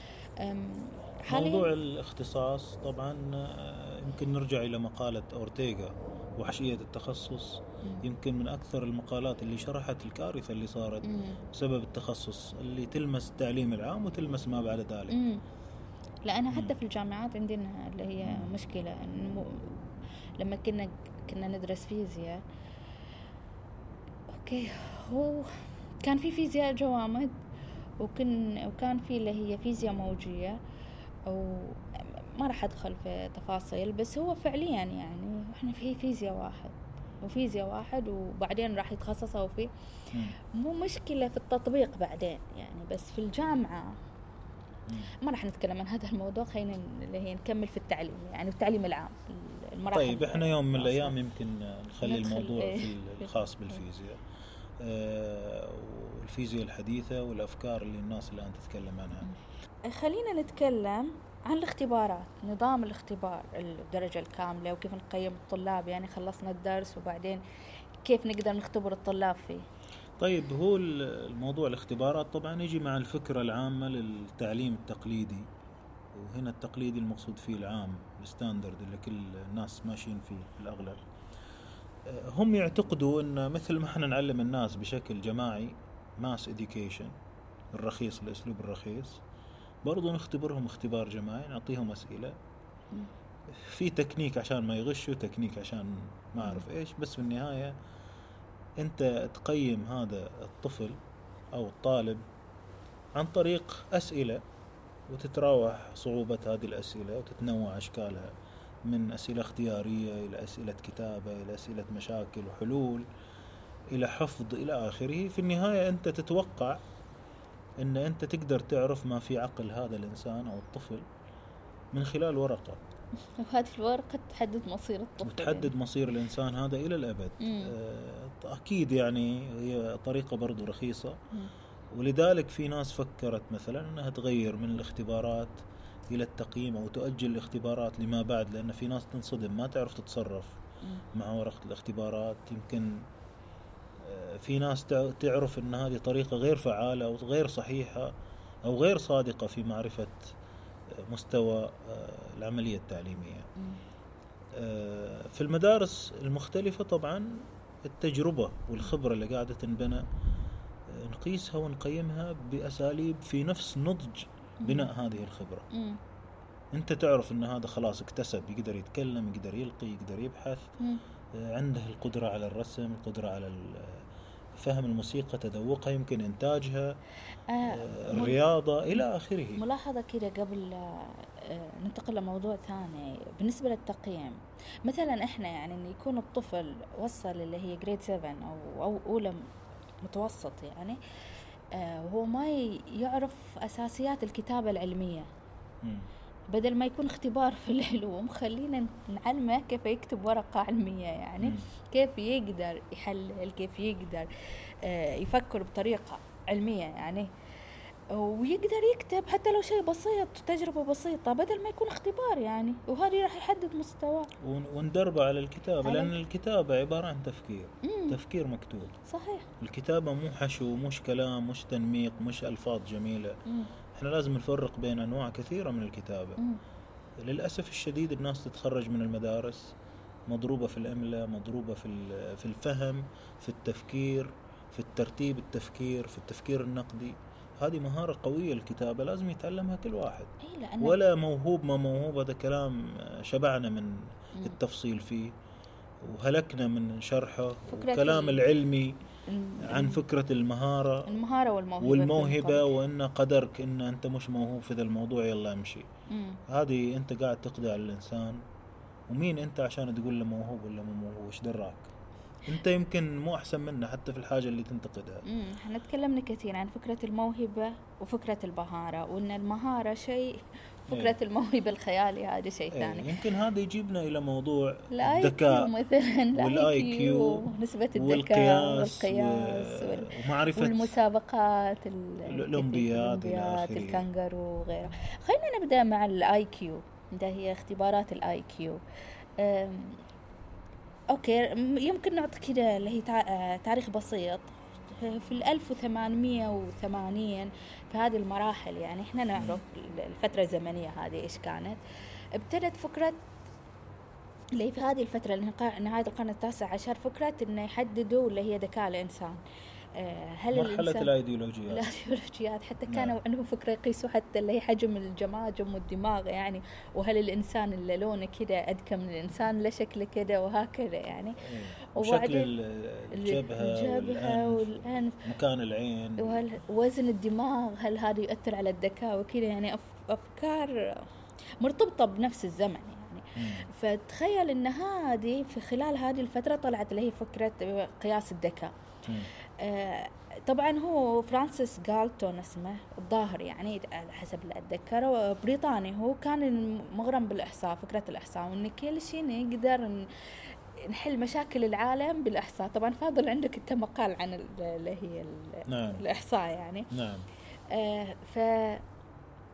موضوع الاختصاص طبعا يمكن نرجع إلى مقالة أورتيغا وحشية التخصص. يمكن من أكثر المقالات اللي شرحت الكارثة اللي صارت بسبب التخصص اللي تلمس التعليم العام وتلمس ما بعد ذلك. لأن حتى في الجامعات عندنا اللي هي مشكلة لما كنا ندرس فيزياء، أوكي، هو كان في فيزياء جوامد وكان في اللي هي فيزياء موجية، أو ما راح أدخل في تفاصيل، بس هو فعليا يعني إحنا في فيزياء واحد وبعدين راح يتخصصوا فيه. مو مشكلة في التطبيق بعدين يعني، بس في الجامعة ما راح نتكلم عن هذا الموضوع. خلينا اللي هي نكمل في التعليم يعني التعليم العام المراحل. طيب احنا يوم من الايام يمكن نخلي الموضوع في الخاص بالفيزياء والفيزياء الحديثة والافكار اللي الناس الان تتكلم عنها. خلينا نتكلم عن الاختبارات، نظام الاختبار الدرجة الكاملة وكيف نقيم الطلاب. يعني خلصنا الدرس وبعدين كيف نقدر نختبر الطلاب فيه. طيب هو الموضوع الاختبارات طبعا يجي مع الفكرة العامة للتعليم التقليدي، وهنا التقليدي المقصود فيه العام الستاندرد اللي كل الناس ماشيين فيه في الأغلب. هم يعتقدوا أن مثل ما احنا نعلم الناس بشكل جماعي ماس إديوكيشن الرخيص، الأسلوب الرخيص، برضو نختبرهم اختبار جماعي، نعطيهم أسئلة في تكنيك عشان ما يغشوا، تكنيك عشان ما أعرف إيش، بس في النهاية أنت تقيم هذا الطفل أو الطالب عن طريق أسئلة، وتتراوح صعوبة هذه الأسئلة وتتنوع أشكالها من أسئلة اختيارية إلى أسئلة كتابة إلى أسئلة مشاكل وحلول إلى حفظ إلى آخره. في النهاية أنت تتوقع أن أنت تقدر تعرف ما في عقل هذا الإنسان أو الطفل من خلال ورقة، وهذه الورقة تحدد مصير الطفل، وتحدد مصير الإنسان هذا إلى الأبد. أكيد يعني هي طريقة برضو رخيصة، ولذلك في ناس فكرت مثلا أنها تغير من الاختبارات إلى التقييم أو تؤجل الاختبارات لما بعد، لأن في ناس تنصدم ما تعرف تتصرف مع ورقة الاختبارات. يمكن في ناس تعرف أن هذه طريقة غير فعالة أو غير صحيحة أو غير صادقة في معرفة مستوى العملية التعليمية. في المدارس المختلفة طبعا التجربة والخبرة اللي قاعدة تنبنى نقيسها ونقيمها بأساليب في نفس نضج بناء هذه الخبرة. أنت تعرف أن هذا خلاص اكتسب، يقدر يتكلم، يقدر يلقي، يقدر يبحث، عنده القدرة على الرسم، القدرة على فهم الموسيقى، تذوقها، يمكن إنتاجها، الرياضة إلى آخره. ملاحظة كده قبل ننتقل لموضوع ثاني بالنسبة للتقييم. مثلا إحنا يعني إن يكون الطفل وصل اللي هي جريد 7 أو أولى متوسط يعني، وهو ما يعرف أساسيات الكتابة العلمية، بدل ما يكون اختبار في العلوم خلينا نعلمه كيف يكتب ورقة علمية، يعني كيف يقدر يحلل، كيف يقدر يفكر بطريقة علمية يعني، ويقدر يكتب حتى لو شيء بسيط، تجربة بسيطة، بدل ما يكون اختبار يعني، وهذه راح يحدد مستواه. وندربه على الكتابة، لأن الكتابة عبارة عن تفكير مكتوب. صحيح. الكتابة مو حشو، مش كلام، مش تنميق، مش ألفاظ جميلة. احنا لازم نفرق بين أنواع كثيرة من الكتابة. للأسف الشديد الناس تتخرج من المدارس مضروبة في الإملاء، مضروبة في الفهم، في التفكير، في الترتيب التفكير، في التفكير النقدي. هذه مهارة قوية الكتابة لازم يتعلمها كل واحد، ولا موهوب ما موهوب. هذا كلام شبعنا من التفصيل فيه وهلكنا من شرحه. الكلام العلمي عن فكرة المهارة والموهبة وإن قدرك إن أنت مش موهوب في ذا الموضوع يلا امشي. هذه أنت قاعد تقضي على الإنسان، ومين أنت عشان تقول له موهوب ولا مو موهوب؟ وش دراك؟ أنت يمكن مو أحسن منه حتى في الحاجة اللي تنتقدها. احنا تكلمنا كثير عن فكرة الموهبة وفكرة المهارة، وإن المهارة شيء، فكرة الموهبة الخيالي هذا شيء ثاني. يمكن هذا يجيبنا إلى موضوع الذكاء مثلا، والآي كيو، نسبة الذكاء والقياس ومعرفة والمسابقات، الأولمبياد، الكانجارو وغيره. خلينا نبدأ مع الآي كيو، ده هي اختبارات الآي كيو. أوكي، يمكن نعطي كده اللي هي تاريخ بسيط. في 1880 في هذه المراحل يعني إحنا نعرف الفترة الزمنية هذه إيش كانت. ابتدت فكرة اللي في هذه الفترة نهاية القرن ال19 فكرة إنه يحددوا اللي هي ذكاء الإنسان. هل مرحلة الأيديولوجيات حتى كانوا عندهم فكرة يقيسوا حتى اللي هي حجم الجماجم والدماغ يعني، وهل الإنسان اللي لونه كده أذكى من الإنسان لشكله كده وهكذا يعني، وشكل الجبهة والأنف، مكان العين، ووزن الدماغ، هل هذا يؤثر على الذكاء وكده يعني، أفكار مرتبطة بنفس الزمن يعني. فتخيل إن هذه في خلال هذه الفترة طلعت اللي هي فكرة قياس الذكاء. طبعا هو فرانسيس غالتون اسمه الظاهر يعني حسب اللي أتذكره، بريطاني، هو كان مغرم بالإحصاء، فكرة الإحصاء، وإن كل شيء نقدر نحل مشاكل العالم بالإحصاء. طبعا فاضل عندك انت مقال عن اللي هي الإحصاء يعني. نعم.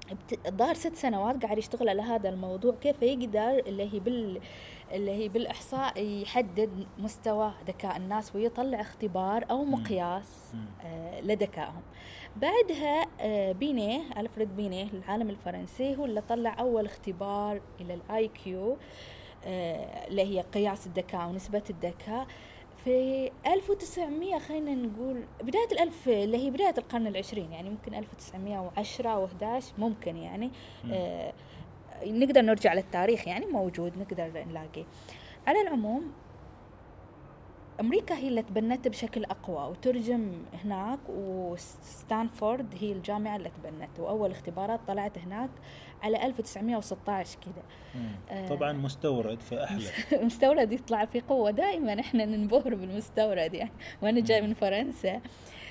ظهر 6 سنوات قاعد يشتغل على هذا الموضوع، كيف يقدر اللي هي بالإحصاء يحدد مستوى ذكاء الناس ويطلع اختبار أو مقياس لذكائهم. بعدها بينيه، ألفريد بينيه العالم الفرنسي، هو اللي طلع أول اختبار إلى الآي كيو اللي هي قياس الذكاء ونسبة الذكاء في 1900، خلينا نقول بداية الألف، اللي هي بداية القرن العشرين، يعني ممكن 1910 أو 11 ممكن، يعني نقدر نرجع للتاريخ، يعني موجود نقدر نلاقي. على العموم أمريكا هي اللي تبنته بشكل أقوى وترجم هناك، وستانفورد هي الجامعة اللي تبنته، وأول اختبارات طلعت هناك على 1916 كده. طبعا مستورد فأحلى. مستورد يطلع في قوة، دائما احنا ننبهر بالمستورد يعني، وأنا جاي من فرنسا.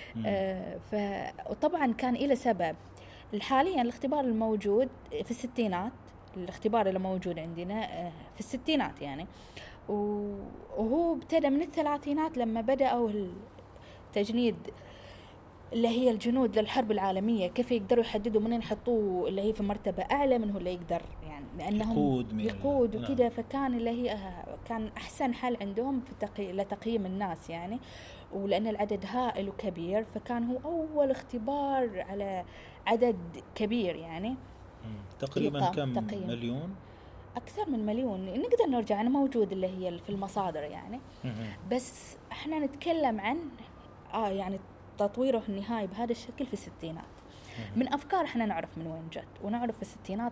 وطبعا كان إلى سبب. حاليا الاختبار الموجود في الستينات، الاختبار اللي موجود عندنا في الستينات يعني، وهو ابتدى من الثلاثينات لما بدأوا التجنيد اللي هي الجنود للحرب العالمية، كيف يقدروا يحددوا منين يحطوه اللي هي في مرتبة أعلى منه اللي يقدر يعني، لأنهم يقود وكده. فكان اللي هي كان أحسن حل عندهم في لتقييم الناس يعني، ولأن العدد هائل وكبير، فكان هو أول اختبار على عدد كبير يعني. تقريبا كم مليون؟ أكثر من مليون نقدر نرجع، أنا موجود اللي هي في المصادر يعني. بس احنا نتكلم عن يعني تطويره النهائي بهذا الشكل في الستينات، من أفكار احنا نعرف من وين جت، ونعرف في الستينات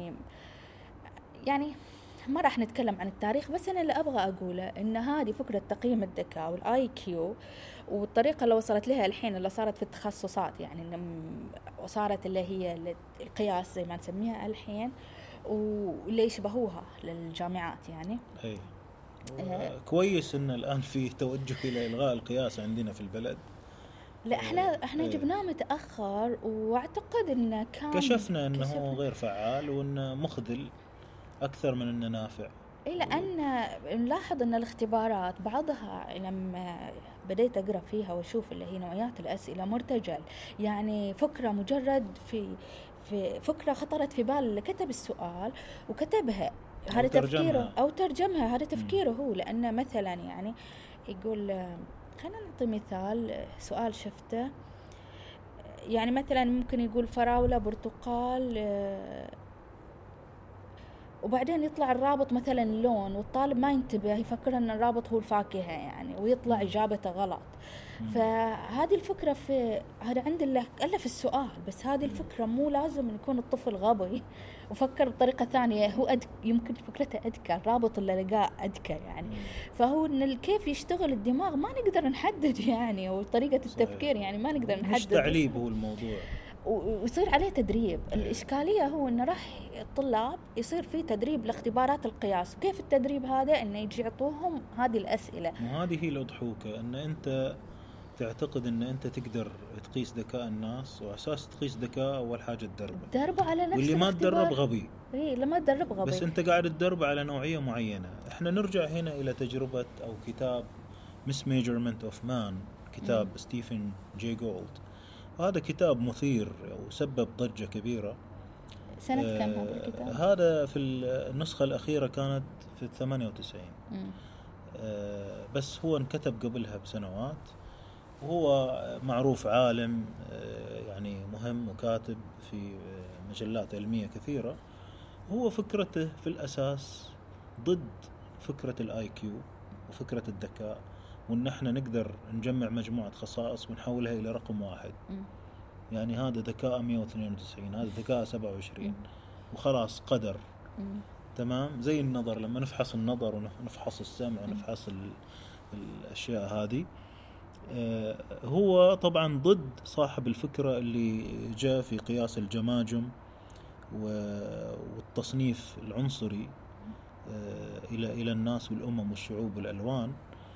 يعني ما راح نتكلم عن التاريخ، بس أنا اللي أبغى أقوله إن هذه فكرة تقييم الذكاء والآي كيو، والطريقة اللي وصلت لها الحين اللي صارت في التخصصات يعني، وصارت اللي هي القياس زي ما نسميها الحين، واللي يشبهوها للجامعات يعني. أي. كويس إن الآن في توجه إلى إلغاء القياس عندنا في البلد. لا احنا جبناه متأخر، واعتقد انه كان كشفنا انه غير فعال وانه مخذل اكثر من انه نافع. لان نلاحظ ان الاختبارات بعضها لما بديت اقرا فيها واشوف اللي هي نوعيات الاسئله مرتجل، يعني فكره مجرد في فكره خطرت في بال اللي كتب السؤال وكتبها، هذا تفكيره او ترجمها، هذا تفكيره هو. لان مثلا يعني يقول، خلينا نعطي مثال، سؤال شفته يعني مثلا ممكن يقول فراولة برتقال، وبعدين يطلع الرابط مثلا اللون، والطالب ما ينتبه، يفكر ان الرابط هو الفاكهة يعني، ويطلع إجابته غلط. فهذه الفكرة في هذا عند الله ألف السؤال، بس هذه الفكرة مو لازم يكون الطفل غبي وفكر بطريقة ثانية، هو يمكن فكرته أذكى، الرابط اللي لقاه أذكى يعني. فهو إن كيف يشتغل الدماغ ما نقدر نحدد يعني، وطريقة التفكير يعني ما نقدر نحدد. مش تعليب هو الموضوع، ويصير عليه تدريب. الإشكالية هو إنه راح الطلاب يصير فيه تدريب لاختبارات القياس، وكيف التدريب هذا؟ إنه يجي يعطوهم هذه الأسئلة. وهذه هي الأضحوكة، إن أنت تعتقد إن أنت تقدر تقيس ذكاء الناس، وأساس تقيس ذكاء أول حاجة تدربه على نفس واللي ما تدرب غبي. اللي ما تدرب غبي، بس أنت قاعد تدرب على نوعية معينة. إحنا نرجع هنا إلى تجربة أو كتاب Mismeasurement of Man، كتاب ستيفن جي جولد. هذا كتاب مثير وسبب ضجة كبيرة. سنة كم هذا الكتاب؟ هذا في النسخة الأخيرة كانت في 98. بس هو انكتب قبلها بسنوات، وهو معروف عالم يعني مهم وكاتب في مجلات علمية كثيرة. هو فكرته في الأساس ضد فكرة الآي كيو وفكرة الذكاء، وإن احنا نقدر نجمع مجموعة خصائص ونحولها إلى رقم واحد. يعني هذا ذكاء 192، هذا ذكاء 27، وخلاص قدر. تمام، زي النظر، لما نفحص النظر ونفحص السمع ونفحص الأشياء هذه. هو طبعا ضد صاحب الفكرة اللي جاء في قياس الجماجم والتصنيف العنصري إلى الناس والأمم والشعوب والألوان،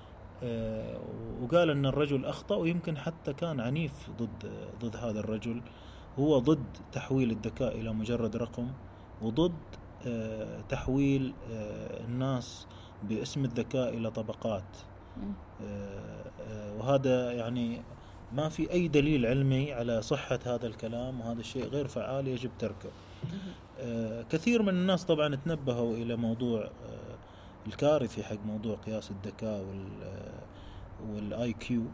وقال أن الرجل أخطأ، ويمكن حتى كان عنيف ضد هذا الرجل. هو ضد تحويل الذكاء إلى مجرد رقم، وضد تحويل الناس باسم الذكاء إلى طبقات. وهذا يعني ما في أي دليل علمي على صحة هذا الكلام، وهذا الشيء غير فعال يجب تركه. كثير من الناس طبعا تنبهوا إلى موضوع الكارثي حق موضوع قياس الذكاء والاي كيو.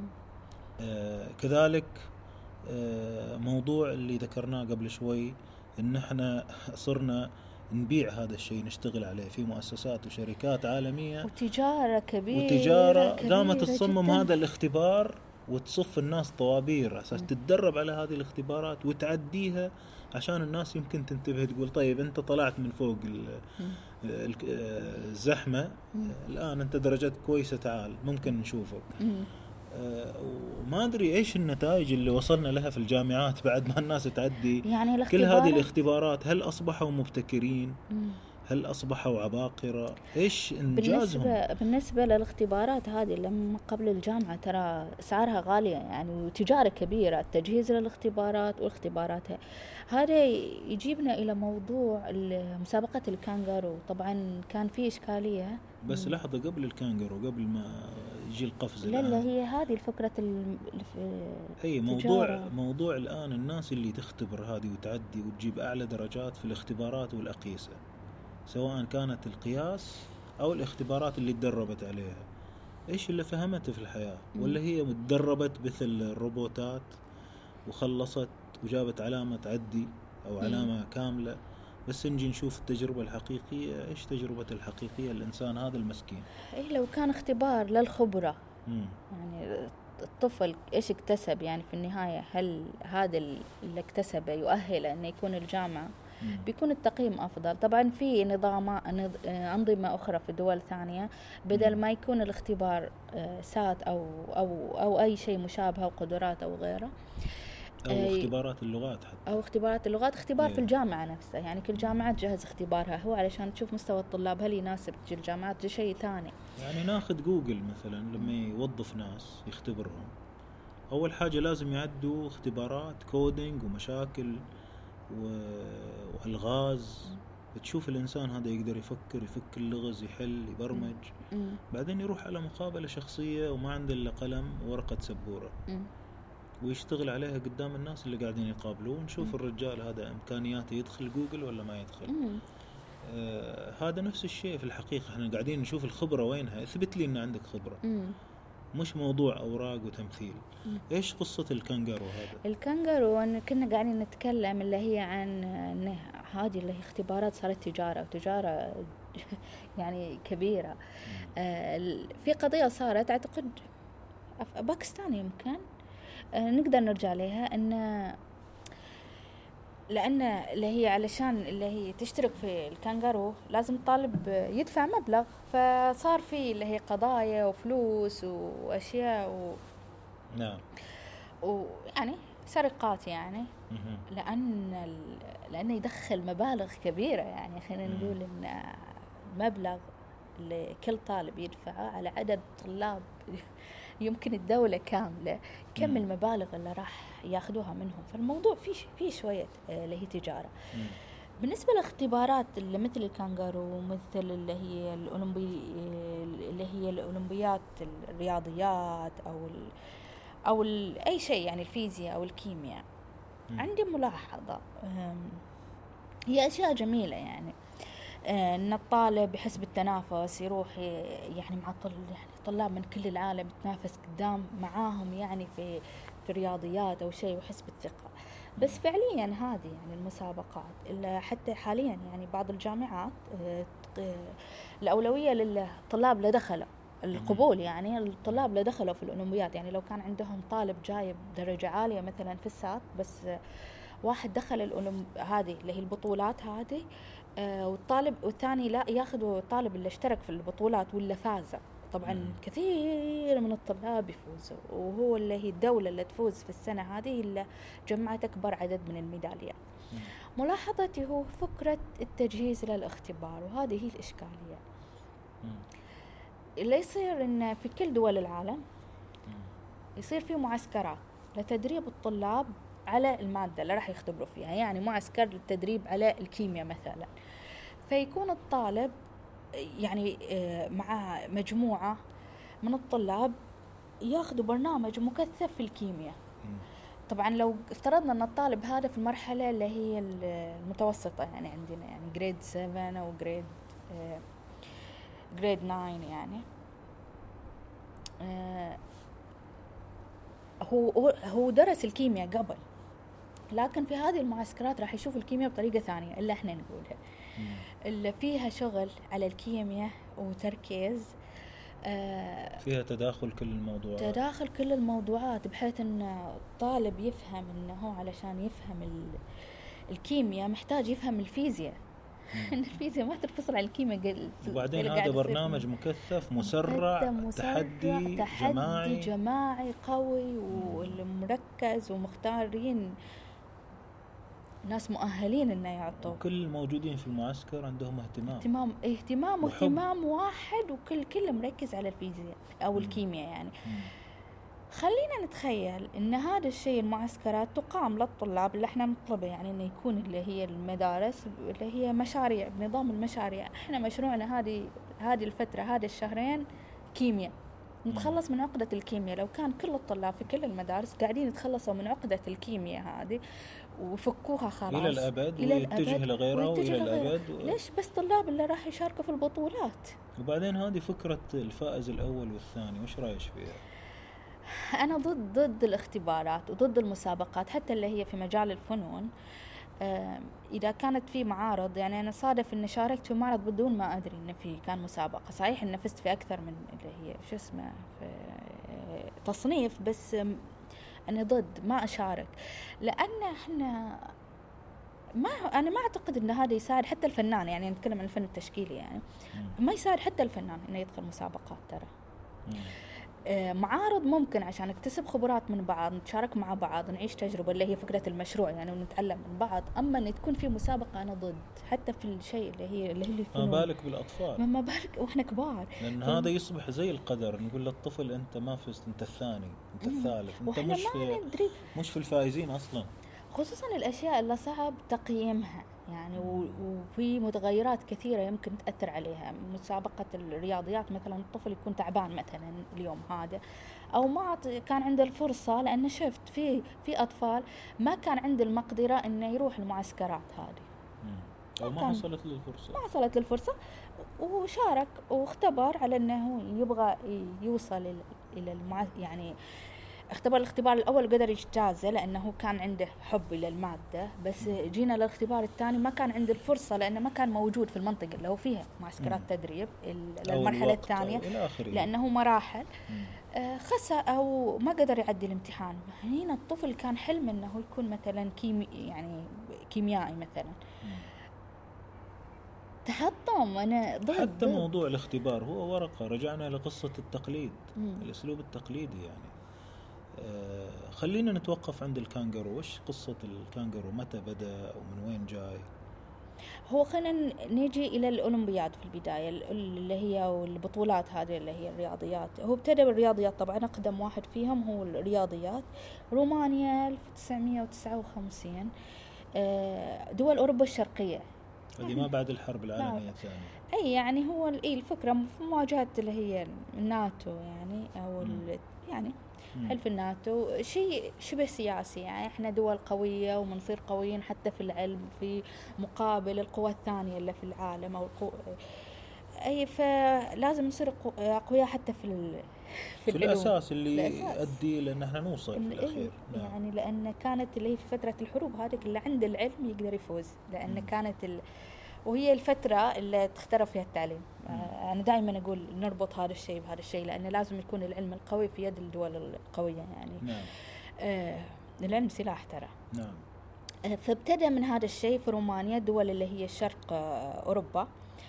كذلك موضوع اللي ذكرناه قبل شوي، ان احنا صرنا نبيع هذا الشيء، نشتغل عليه في مؤسسات وشركات عالمية وتجارة كبيرة، وتجارة قامت كبيرة تصمم جداً. هذا الاختبار وتصف الناس طوابير أساس تتدرب على هذه الاختبارات وتعديها، عشان الناس يمكن تنتبه تقول طيب أنت طلعت من فوق الزحمة، الآن أنت درجتك كويسة، تعال ممكن نشوفك. وما أدري إيش النتائج اللي وصلنا لها في الجامعات بعد ما الناس تعدي يعني كل هذه الاختبارات. هل أصبحوا مبتكرين؟ هل أصبحوا عباقرة؟ إيش إنجازهم؟ بالنسبة للاختبارات هذه لما قبل الجامعة ترى أسعارها غالية يعني، وتجارة كبيرة، التجهيز للاختبارات واختباراتها. هذا يجيبنا إلى موضوع مسابقة الكانجارو. طبعا كان في إشكالية، بس لحظة، قبل الكانجارو، قبل ما يجي القفز لا هي هذه الفكرة هي موضوع الآن الناس اللي تختبر هذه وتعدي وتجيب أعلى درجات في الاختبارات والأقيسة، سواء كانت القياس أو الاختبارات اللي تدربت عليها، إيش اللي فهمته في الحياة؟ ولا هي متدربت مثل الروبوتات وخلصت وجابت علامة تعدي أو علامة كاملة؟ بس نجي نشوف التجربة الحقيقية، إيش تجربة الحقيقية الإنسان هذا المسكين؟ إيه لو كان اختبار للخبرة، يعني الطفل إيش اكتسب يعني في النهاية، هل هذا اللي اكتسبه يؤهله أن يكون الجامعة؟ بيكون التقييم أفضل. طبعا في أنظمة أخرى في دول ثانية بدل ما يكون الاختبار سات أو أي شيء مشابه أو قدرات أو غيره، أو اختبارات اللغات حتى، أو اختبارات اللغات، اختبار في الجامعة نفسها. يعني كل جامعة تجهز اختبارها هو علشان تشوف مستوى الطلاب هل يناسب تجي الجامعات شيء ثاني. يعني ناخذ جوجل مثلا، لما يوظف ناس يختبرهم، أول حاجة لازم يعدوا اختبارات كودينج ومشاكل والغاز، تشوف الإنسان هذا يقدر يفكر، يفك اللغز، يحل، يبرمج. بعدين يروح على مقابلة شخصية وما عنده إلا قلم وورقة سبورة ويشتغل عليها قدام الناس اللي قاعدين يقابلوه، ونشوف الرجال هذا إمكانياته يدخل جوجل ولا ما يدخل. هذا نفس الشيء في الحقيقة، احنا قاعدين نشوف الخبرة وينها، اثبت لي إن عندك خبرة، مش موضوع أوراق وتمثيل. إيش قصة الكانجارو هذا؟ الكانجارو أن كنا قاعدين نتكلم اللي هي عن هذه اللي هي اختبارات صارت تجارة، وتجارة يعني كبيرة. في قضية صارت أعتقد باكستان يمكن، نقدر نرجع لها، لأن اللي هي علشان اللي هي تشترك في الكانجارو لازم الطالب يدفع مبلغ، فصار في اللي هي قضايا وفلوس وأشياء نعم، ويعني سرقات يعني، لأن يدخل مبالغ كبيرة. يعني خلينا نقول إن مبلغ لكل طالب يدفعه على عدد طلاب يمكن الدولة كاملة، كم المبالغ اللي راح ياخذوها منهم. فالموضوع فيه شوية اللي هي تجارة. بالنسبة للاختبارات اللي مثل الكانجارو، مثل اللي هي الأولمبيات الرياضيات أو أي شيء يعني الفيزياء أو الكيمياء، عندي ملاحظة، هي أشياء جميلة يعني، ان الطالب يحس بالتنافس، يروح يعني مع طلاب من كل العالم يتنافس قدام معاهم يعني في الرياضيات او شيء، ويحس بالثقة. بس فعليا هذه يعني المسابقات إلا حتى حاليا يعني بعض الجامعات الأولوية للطلاب اللي دخلوا القبول، يعني الطلاب اللي دخلوا في الأولمبيات. يعني لو كان عندهم طالب جايب درجة عالية مثلا في السات، بس واحد دخل هذه اللي هي البطولات هذه، والطالب والثاني لا ياخذوا الطالب اللي اشترك في البطولات ولا فاز. طبعا كثير من الطلاب يفوزوا، وهو اللي هي الدولة اللي تفوز في السنة هذه اللي جمعت أكبر عدد من الميداليات. ملاحظتي هو فكرة التجهيز للاختبار، وهذه هي الإشكالية اللي يصير إن في كل دول العالم يصير في معسكرات لتدريب الطلاب على المادة اللي راح يختبروا فيها، يعني معسكر للتدريب على الكيمياء مثلا. فيكون الطالب يعني مع مجموعة من الطلاب ياخذوا برنامج مكثف في الكيمياء. طبعا لو افترضنا ان الطالب هذا في المرحله اللي هي المتوسطه، يعني عندنا يعني جريد 7 او جريد 9 يعني، هو درس الكيمياء قبل، لكن في هذه المعسكرات راح يشوف الكيمياء بطريقه ثانيه اللي احنا نقولها، اللي فيها شغل على الكيمياء وتركيز، فيها تداخل كل الموضوعات، بحيث ان الطالب يفهم انه هو علشان يفهم الكيمياء محتاج يفهم الفيزياء. ان الفيزياء ما تنفصل عن الكيمياء. وبعدين هذا برنامج مكثف مسرع تحدي جماعي قوي والمركز، ومختارين ناس مؤهلين انه يعطوا. كل الموجودين في المعسكر عندهم اهتمام واحد، وكل مركز على الفيزياء او الكيمياء يعني. خلينا نتخيل ان هذا الشيء المعسكرات تقام للطلاب اللي احنا نطلبه، يعني انه يكون اللي هي المدارس اللي هي مشاريع بنظام المشاريع. احنا مشروعنا هذه الفترة، هذا الشهرين كيمياء، نتخلص من عقدة الكيمياء. لو كان كل الطلاب في كل المدارس قاعدين يتخلصوا من عقدة الكيمياء هذه ويفكوها خلاص إلى الأبد ويتجه لغيرها وإلى الأبد ليش بس طلاب اللي راح يشاركوا في البطولات؟ وبعدين هذه فكرة الفائز الأول والثاني، وش رأيك فيها؟ أنا ضد الاختبارات وضد المسابقات، حتى اللي هي في مجال الفنون. إذا كانت في معارض، يعني أنا صادف إني شاركت في معرض بدون ما أدري إن في كان مسابقة. صحيح إن نفست في أكثر من اللي هي شو اسمه في تصنيف، بس أنا ضد ما أشارك، لأن إحنا أنا ما أعتقد إن هذا يساعد حتى الفنان. يعني نتكلم عن الفن التشكيلي، يعني ما يساعد حتى الفنان إنه يدخل مسابقات. ترى معارض ممكن عشان نكتسب خبرات من بعض، نتشارك مع بعض، نعيش تجربة اللي هي فكرة المشروع يعني، ونتعلم من بعض. أما أن تكون في مسابقة أنا ضد، حتى في الشيء اللي هي الفنون. ما بالك بالأطفال، ما بالك وإحنا كبار، لأن هذا يصبح زي القدر. نقول للطفل أنت ما فزت، أنت الثاني، أنت الثالث، أنت مش في الفائزين أصلا. خصوصا الأشياء اللي صعب تقييمها يعني، وفي متغيرات كثيرة يمكن تأثر عليها. مسابقة الرياضيات مثلا، الطفل يكون تعبان مثلا اليوم هذا، أو ما كان عنده الفرصة، لأن شفت في أطفال ما كان عنده المقدرة إنه يروح المعسكرات هذه، أو ما حصلت للفرصة وشارك واختبر على أنه يبغى يوصل إلى يعني اختبر الاختبار الأول وقدر يجتازه لأنه كان عنده حب إلى المادة. بس جينا للاختبار الثاني ما كان عنده الفرصة، لأنه ما كان موجود في المنطقة اللي هو فيها معسكرات تدريب للمرحلة الثانية، لأنه مراحل خسر أو ما قدر يعدي الامتحان. هنا الطفل كان حلم أنه يكون مثلا كيميائي مثلا. تحطم. أنا ضد حتى موضوع الاختبار هو ورقة. رجعنا لقصة التقليد، الأسلوب التقليدي يعني. خلينا نتوقف عند الكانجرو. وش قصة الكانجرو؟ متى بدأ أو من وين جاي؟ هو خلينا نيجي إلى الأولمبياد في البداية، اللي هي والبطولات هذه اللي هي الرياضيات. هو ابتدأ بالرياضيات طبعا، أقدم واحد فيهم هو الرياضيات رومانيا 1959. دول أوروبا الشرقية هذه ما بعد الحرب العالمية الثانية. أي يعني هو الفكرة في مواجهة اللي هي الناتو يعني، أو يعني حلف الناتو، شيء شبه سياسي. يعني احنا دول قوية ومنصير قويين حتى في العلم في مقابل القوى الثانية اللي في العالم، او فلازم نصير أقوياء حتى في الأساس اللي يؤدي لأن احنا نوصل في الأخير. يعني لأن كانت اللي في فترة الحروب هذيك اللي عند العلم يقدر يفوز، لأن كانت وهي الفترة اللي تخترب فيها التعليم. أنا دائما أقول نربط هذا الشيء بهذا الشيء، لأن لازم يكون العلم القوي في يد الدول القوية يعني. نعم. العلم سلاح ترى. نعم. فابتدأ من هذا الشيء في رومانيا، دول اللي هي شرق أوروبا،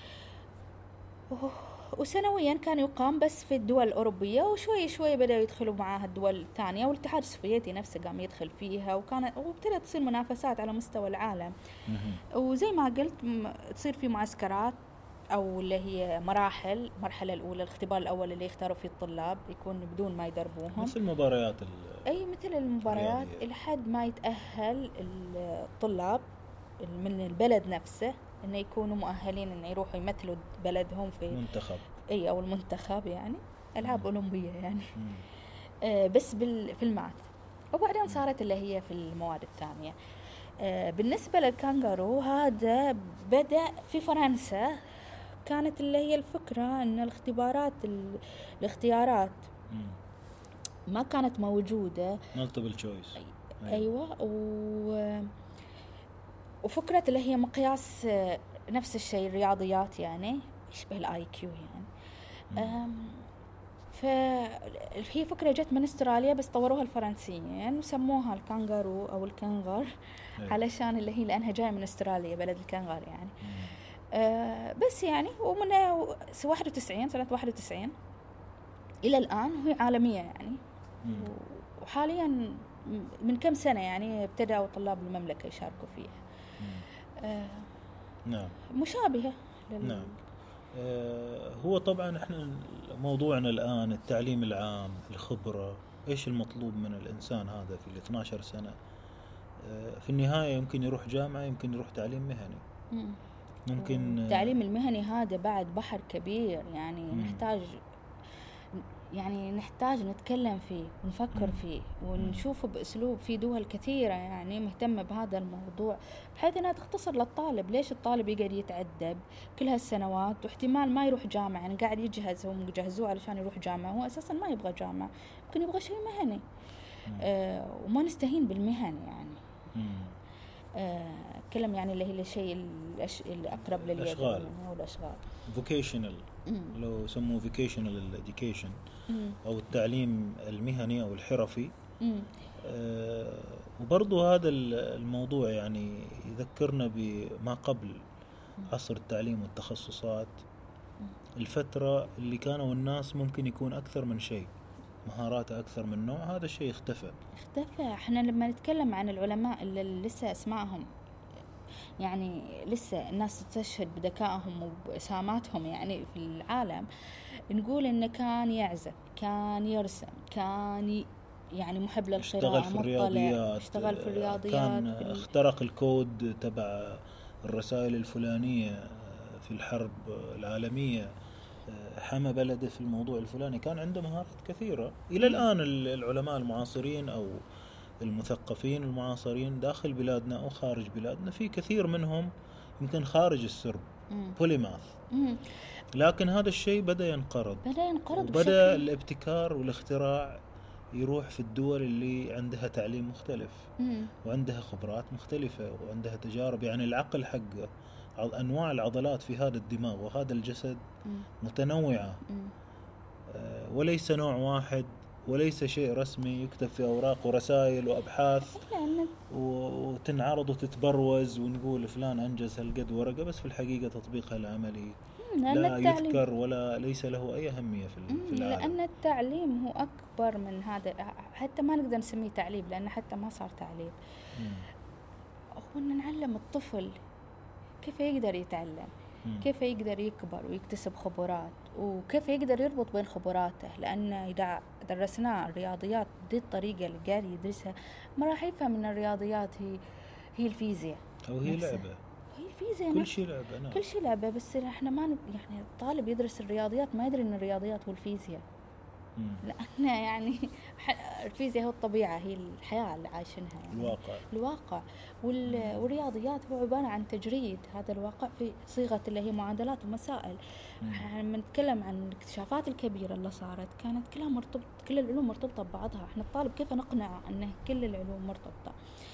وسنويا كان يقام بس في الدول الأوروبية، وشوي شوي بدأوا يدخلوا معها الدول الثانية، والاتحاد السوفيتي نفسه قام يدخل فيها، وابتدت تصير منافسات على مستوى العالم. وزي ما قلت تصير في معسكرات أو اللي هي المرحلة الأولى، الاختبار الأول اللي يختاروا فيه الطلاب يكون بدون ما يدربوهم، مثل المباريات مثل المباريات لحد ما يتأهل الطلاب من البلد نفسه إنه يكونوا مؤهلين إنه يروحوا يمثلوا بلدهم في منتخب. أو المنتخب يعني، ألعاب أولمبية يعني. بس في الماث، وبعدين صارت اللي هي في المواد الثانية. بالنسبة للكانغارو هذا بدأ في فرنسا، كانت اللي هي الفكرة أن الاختيارات ما كانت موجودة، multiple choice. أيوة. وفكرة اللي هي مقياس نفس الشيء الرياضيات، يعني يشبه الآي كيو يعني. فهي فكرة جت من استراليا، بس طوروها الفرنسيين وسموها الكانغارو أو الكنغر علشان اللي هي لأنها جاية من استراليا، بلد الكنغر يعني. بس يعني ومن 91 سنة 91 إلى الآن وهي عالمية يعني. وحاليا من كم سنة يعني ابتدأوا طلاب المملكة يشاركوا فيها. نعم. مشابهة نعم. هو طبعا احنا موضوعنا الآن التعليم العام، الخبرة، ايش المطلوب من الإنسان هذا في 12 سنة. في النهاية يمكن يروح جامعة، يمكن يروح تعليم مهني. ممكن التعليم المهني هذا بعد بحر كبير يعني. نحتاج نتكلم فيه ونفكر فيه ونشوفه بأسلوب. في دول كثيرة يعني مهتمة بهذا الموضوع بحيث أنها تختصر للطالب. ليش الطالب يقعد يتعذب كل هالسنوات واحتمال ما يروح جامعة؟ يعني قاعد يجهز، هم يجهزوه علشان يروح جامعة، هو أساسا ما يبغى جامعة، ممكن يبغى شيء مهني. وما نستهين بالمهن يعني. كلام يعني اللي هي الشيء الأقرب لليد الأشغال والأشغال vocational، لو سموه vocational education أو التعليم المهني أو الحرفي. وبرضو هذا الموضوع يعني يذكرنا بما قبل عصر التعليم والتخصصات، الفترة اللي كانوا الناس ممكن يكون أكثر من شيء، مهاراته أكثر من نوع. هذا الشيء اختفى. احنا لما نتكلم عن العلماء اللي لسه اسمائهم يعني لسه الناس تستشهد بذكائهم وبإسهاماتهم يعني في العالم، نقول إنه كان يعزف، كان يرسم، كان يعني محب للقراءة، اشتغل في الرياضيات، كان اخترق الكود تبع الرسائل الفلانية في الحرب العالمية، حمى بلده في الموضوع الفلاني. كان عنده مهارات كثيرة. إلى الآن العلماء المعاصرين أو المثقفين المعاصرين داخل بلادنا أو خارج بلادنا، في كثير منهم يمكن خارج السرب بوليماث، لكن هذا الشيء بدأ ينقرض وبدأ الابتكار والاختراع يروح في الدول اللي عندها تعليم مختلف وعندها خبرات مختلفة وعندها تجارب. يعني العقل حقه، أنواع العضلات في هذا الدماغ وهذا الجسد متنوعة، وليس نوع واحد، وليس شيء رسمي يكتب في أوراق ورسائل وأبحاث وتنعرض وتتبروز ونقول فلان أنجز هالقد ورقة، بس في الحقيقة تطبيقها العملي لا يذكر ولا ليس له أي أهمية في العالم. لأن التعليم هو أكبر من هذا، حتى ما نقدر نسميه تعليم لأنه حتى ما صار تعليم. هو أن نعلم الطفل كيف يقدر يتعلم، كيف يقدر يكبر ويكتسب خبرات، وكيف يقدر يربط بين خبراته. لأن إذا درسناه الرياضيات دي الطريقة اللي قاعد يدرسها، ما راح يفهم من الرياضيات هي الفيزياء أو هي لعبة. هي الفيزياء كل شيء لعبة. نعم. كل شيء لعبة. بس إحنا ما يعني الطالب يدرس الرياضيات ما يدري إن الرياضيات هو الفيزياء. لأن يعني الفيزياء هو الطبيعة، هي الحياة اللي عايشينها يعني الواقع. والرياضيات هو عبارة عن تجريد هذا الواقع في صيغة اللي هي معادلات ومسائل. لما نتكلم عن الاكتشافات الكبيرة اللي صارت كانت كلها مرتبطة، كل العلوم مرتبطة ببعضها. احنا الطالب كيف نقنعه أن كل العلوم مرتبطة؟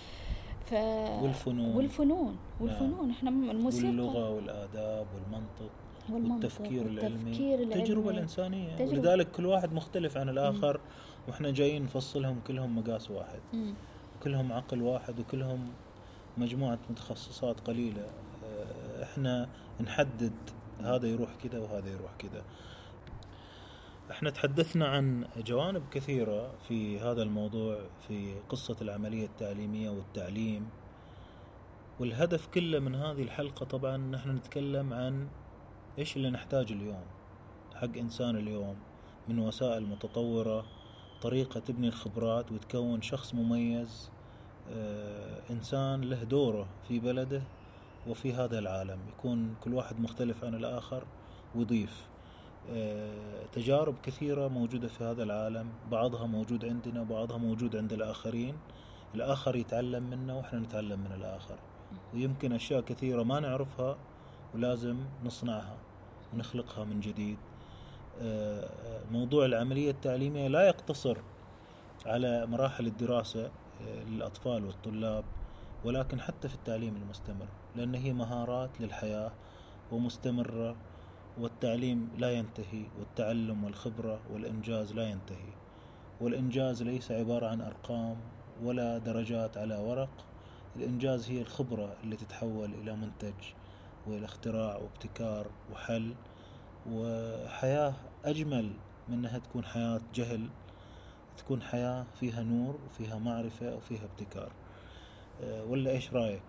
والفنون احنا الموسيقى واللغة والآداب والمنطق والتفكير العلمي، التجربة الإنسانية. ولذلك كل واحد مختلف عن الآخر، وإحنا جايين نفصلهم كلهم مقاس واحد، كلهم عقل واحد، وكلهم مجموعة متخصصات قليلة. إحنا نحدد هذا يروح كذا وهذا يروح كذا. إحنا تحدثنا عن جوانب كثيرة في هذا الموضوع في قصة العملية التعليمية والتعليم، والهدف كله من هذه الحلقة طبعا نحن نتكلم عن إيش اللي نحتاج اليوم حق إنسان اليوم من وسائل متطورة، طريقة تبني الخبرات وتكون شخص مميز، إنسان له دوره في بلده وفي هذا العالم، يكون كل واحد مختلف عن الآخر ويضيف. تجارب كثيرة موجودة في هذا العالم، بعضها موجود عندنا وبعضها موجود عند الآخرين. الآخر يتعلم منا وإحنا نتعلم من الآخر، ويمكن أشياء كثيرة ما نعرفها ولازم نصنعها ونخلقها من جديد. موضوع العملية التعليمية لا يقتصر على مراحل الدراسة للأطفال والطلاب، ولكن حتى في التعليم المستمر، لأن هي مهارات للحياة ومستمرة، والتعليم لا ينتهي، والتعلم والخبرة والإنجاز لا ينتهي. والإنجاز ليس عبارة عن أرقام ولا درجات على ورق، الإنجاز هي الخبرة اللي تتحول إلى منتج وإلى اختراع وابتكار وحل وحياة أجمل من أنها تكون حياة جهل، تكون حياة فيها نور وفيها معرفة وفيها ابتكار. ولا إيش رأيك؟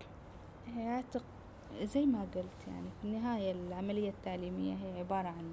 زي ما قلت، يعني في النهاية العملية التعليمية هي عبارة عن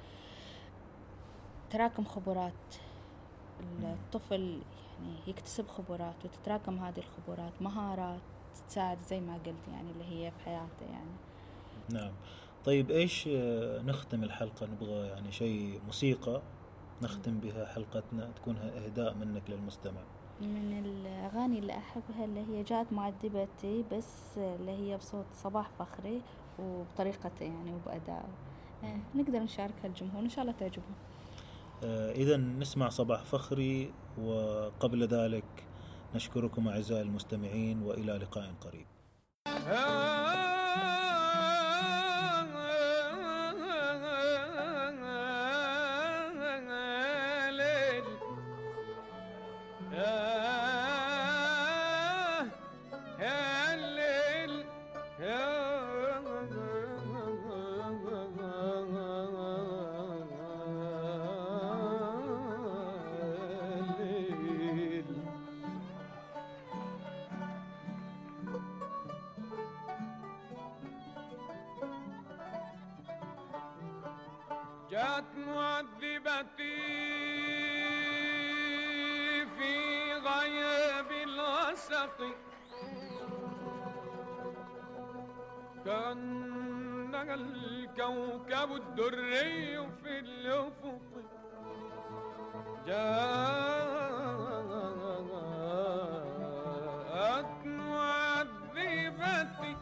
تراكم خبرات. الطفل يعني يكتسب خبرات وتتراكم هذه الخبرات مهارات تساعد زي ما قلت يعني اللي هي في حياته يعني. نعم. طيب إيش نختم الحلقة؟ نبغى يعني شيء موسيقى نختم بها حلقتنا تكون إهداء منك للمستمع. من الأغاني اللي أحبها اللي هي جاءت مؤدبتي، بس اللي هي بصوت صباح فخري وبطريقته يعني وبأدائه، نقدر نشاركها الجمهور إن شاء الله تعجبهم. إذا نسمع صباح فخري، وقبل ذلك نشكركم أعزائي المستمعين، وإلى لقاء قريب. جاءت معذبتي في غياب الغسق، كأنها الكوكب الدري في الأفق. جاءت معذبتي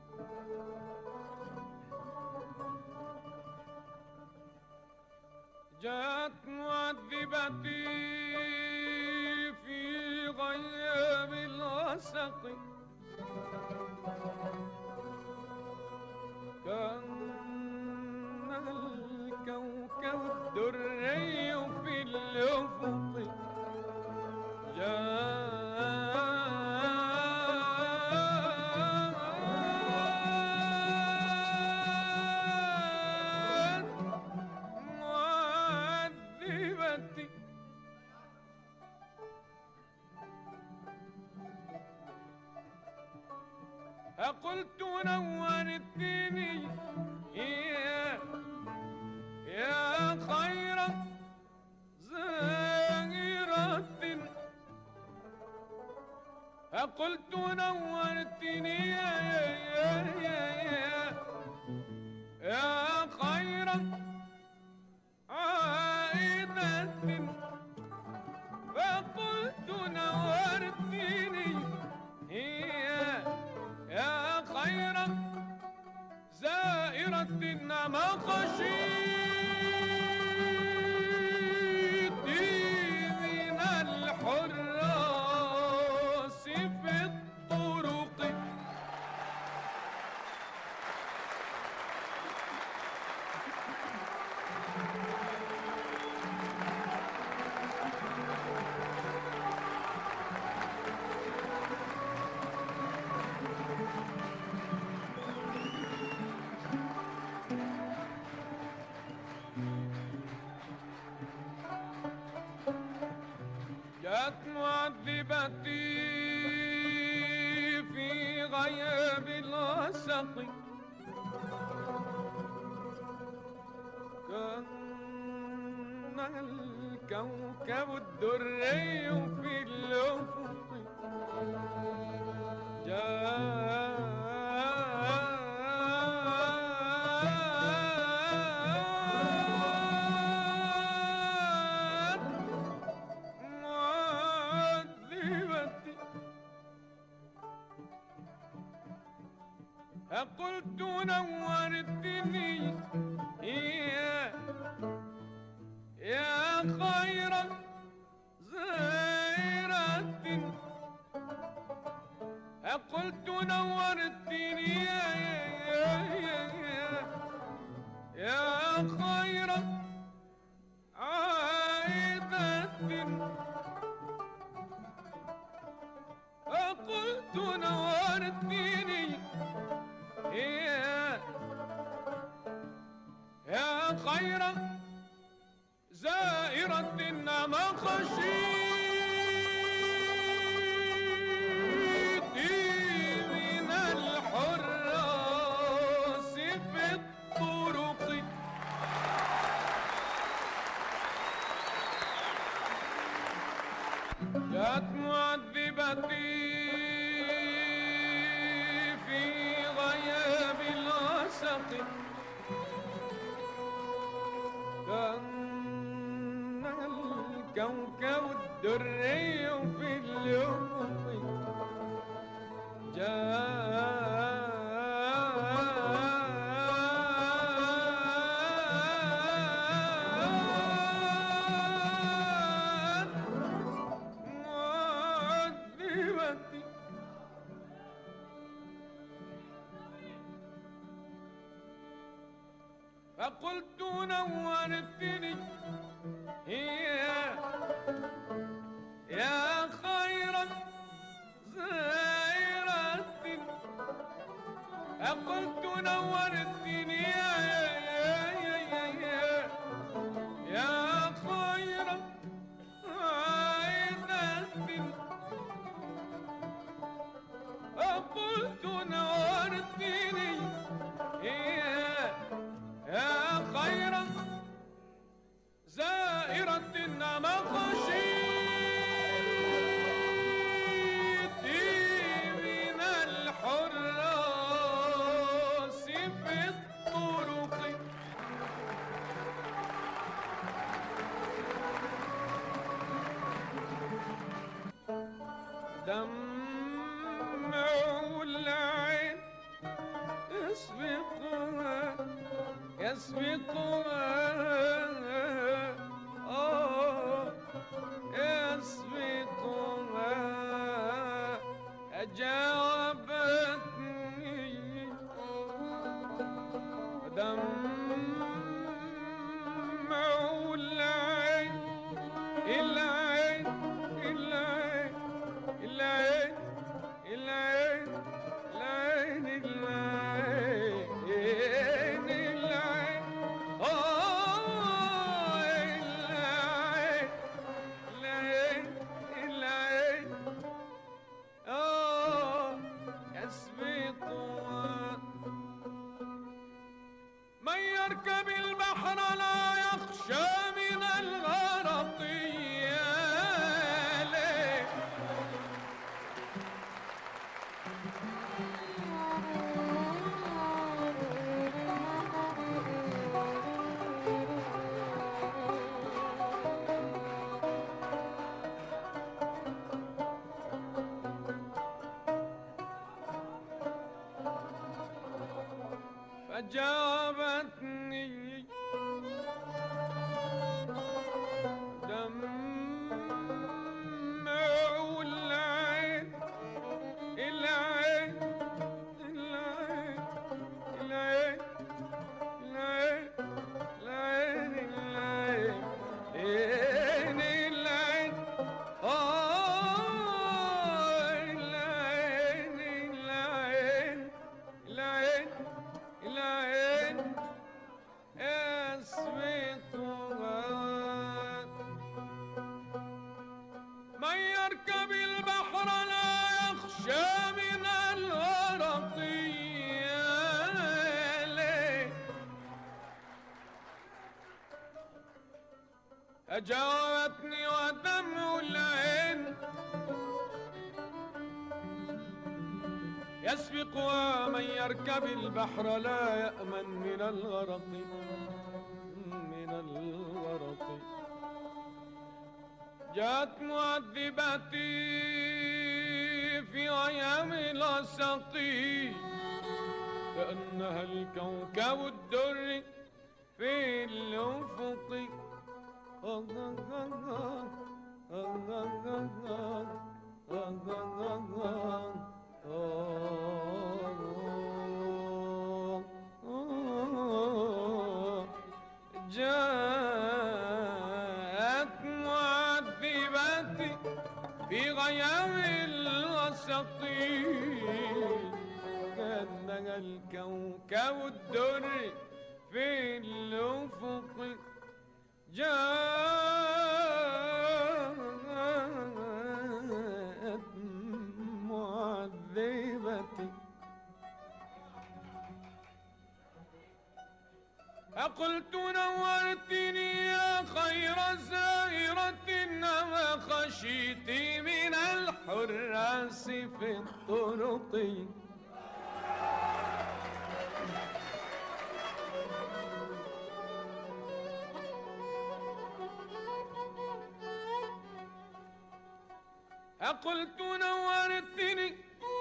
في غياب الغسق، كأنها الكوكب الدري في الأفق. قلت نورتني يا خير زائرة، قلت نورتني يا خير عائدة، فقلت نورتني يا خير زائرة، ما خشيت من الحراس في الطرق. جاءت معذبتي في غياب الغسق، كأنها الكوكب الدري في الأفق. جاءت قلت نورتني يا خير زائرة، قلت نورتني يا خير عائدة، قلت نورتني يا خير زائرة، ما خشيت من الحراس في الطرق. جاءت معذبتي في غياب العسق، كأن الكوكب الدري في الأفق، جاءت معذبتي فقلت نورتني يا خير زائرة، قلت نورتني يا خير عائدة، قلت نورتني يا خير زائرة، ما خشيت من الحراس في الطرق. دمع العين يسبقها يسبقها يسبقها، أجابتني دمع العين العين العين العين العين العين العين العين العين العين يسبقها. من يركب البحر لا يخشى من الغرق، يا ليل فجابتني دمع العين العين العين العين العين العين العين العين العين العين العين العين يسبقها. من يركب البحر لا يخشى من الغرق، يا ليل أجاوبتني ودمع العين يسبقها. من يركب البحر لا يأمن من الغرق، من الغرق. جاءت معذبتي في أيام العسق، كأنها الكوكب الدري في الأفق. جاءت معذبتي في غيام الوسطين، كأنها الكوكب الدري في الأفق. جاءت معذبتي أقلت نورتني يا خير زائرة، أما خشيت من الحراس في الطرق. أقلت نورتني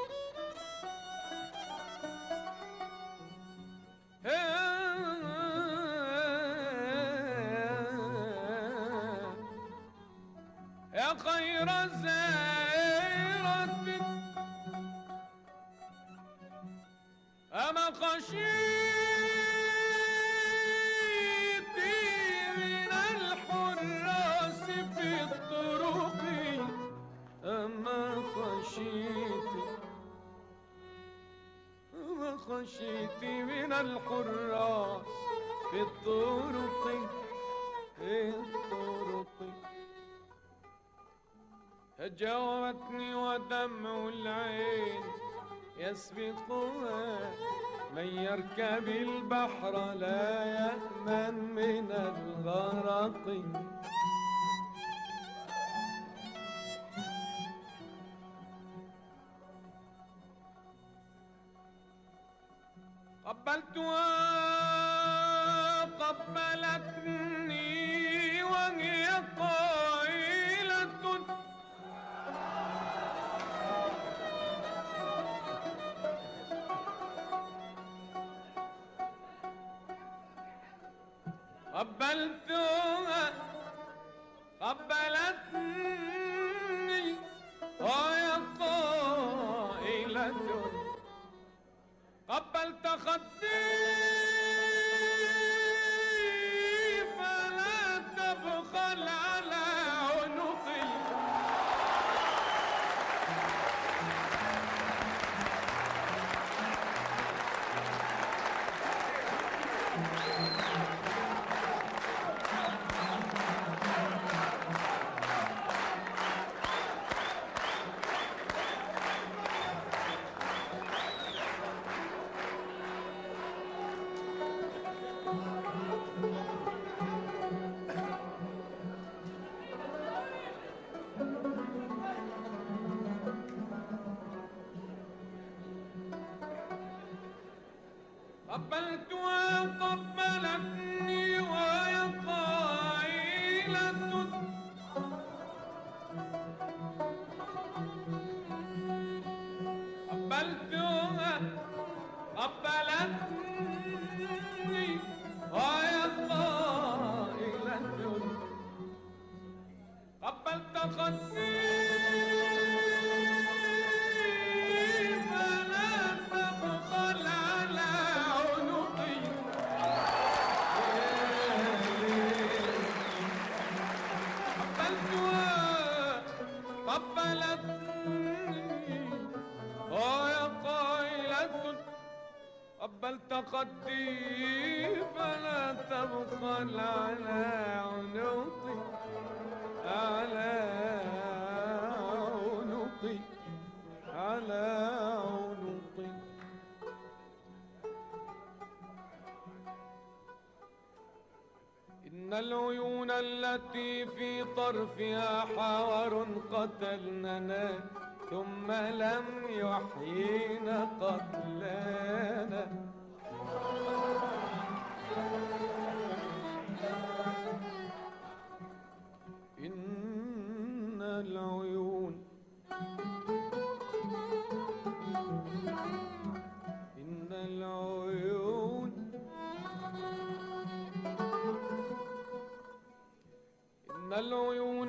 يا خير زائرة، أما خشيت من الحراس في الطرق. أما خشيت من الحراس في الطرق. هجوتني ودمع العين يسبقها، من يركب البحر لا يأمن من الغرق. قبلتها قبلتني وهي قائلة قبلتها قبلتني وهي قائلة قبلت خدي فلا تبخل على عنقي. قبلتها قبلتني وهي قائلة قبلتها قبلتني وهي قائلة قبلت خدي قبلت خدي فلا تبخل على عنقي على عنقي على عنقي. إن العيون التي في طرفها حور قتلننا ثم لم يحيينا قتلانا. إن العيون إن العيون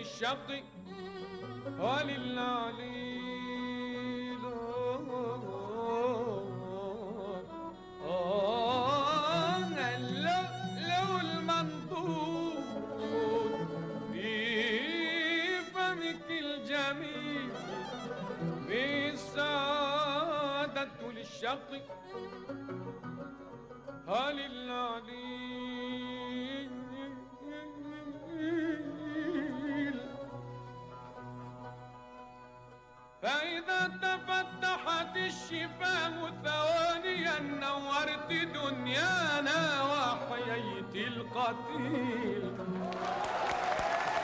للشق وللعليل لو المنظور في فمك الجميل بالسعادة للشق وللعليل فإذا تفتحت الشفاه ثوانيا نورت دنيانا وحييت القتيل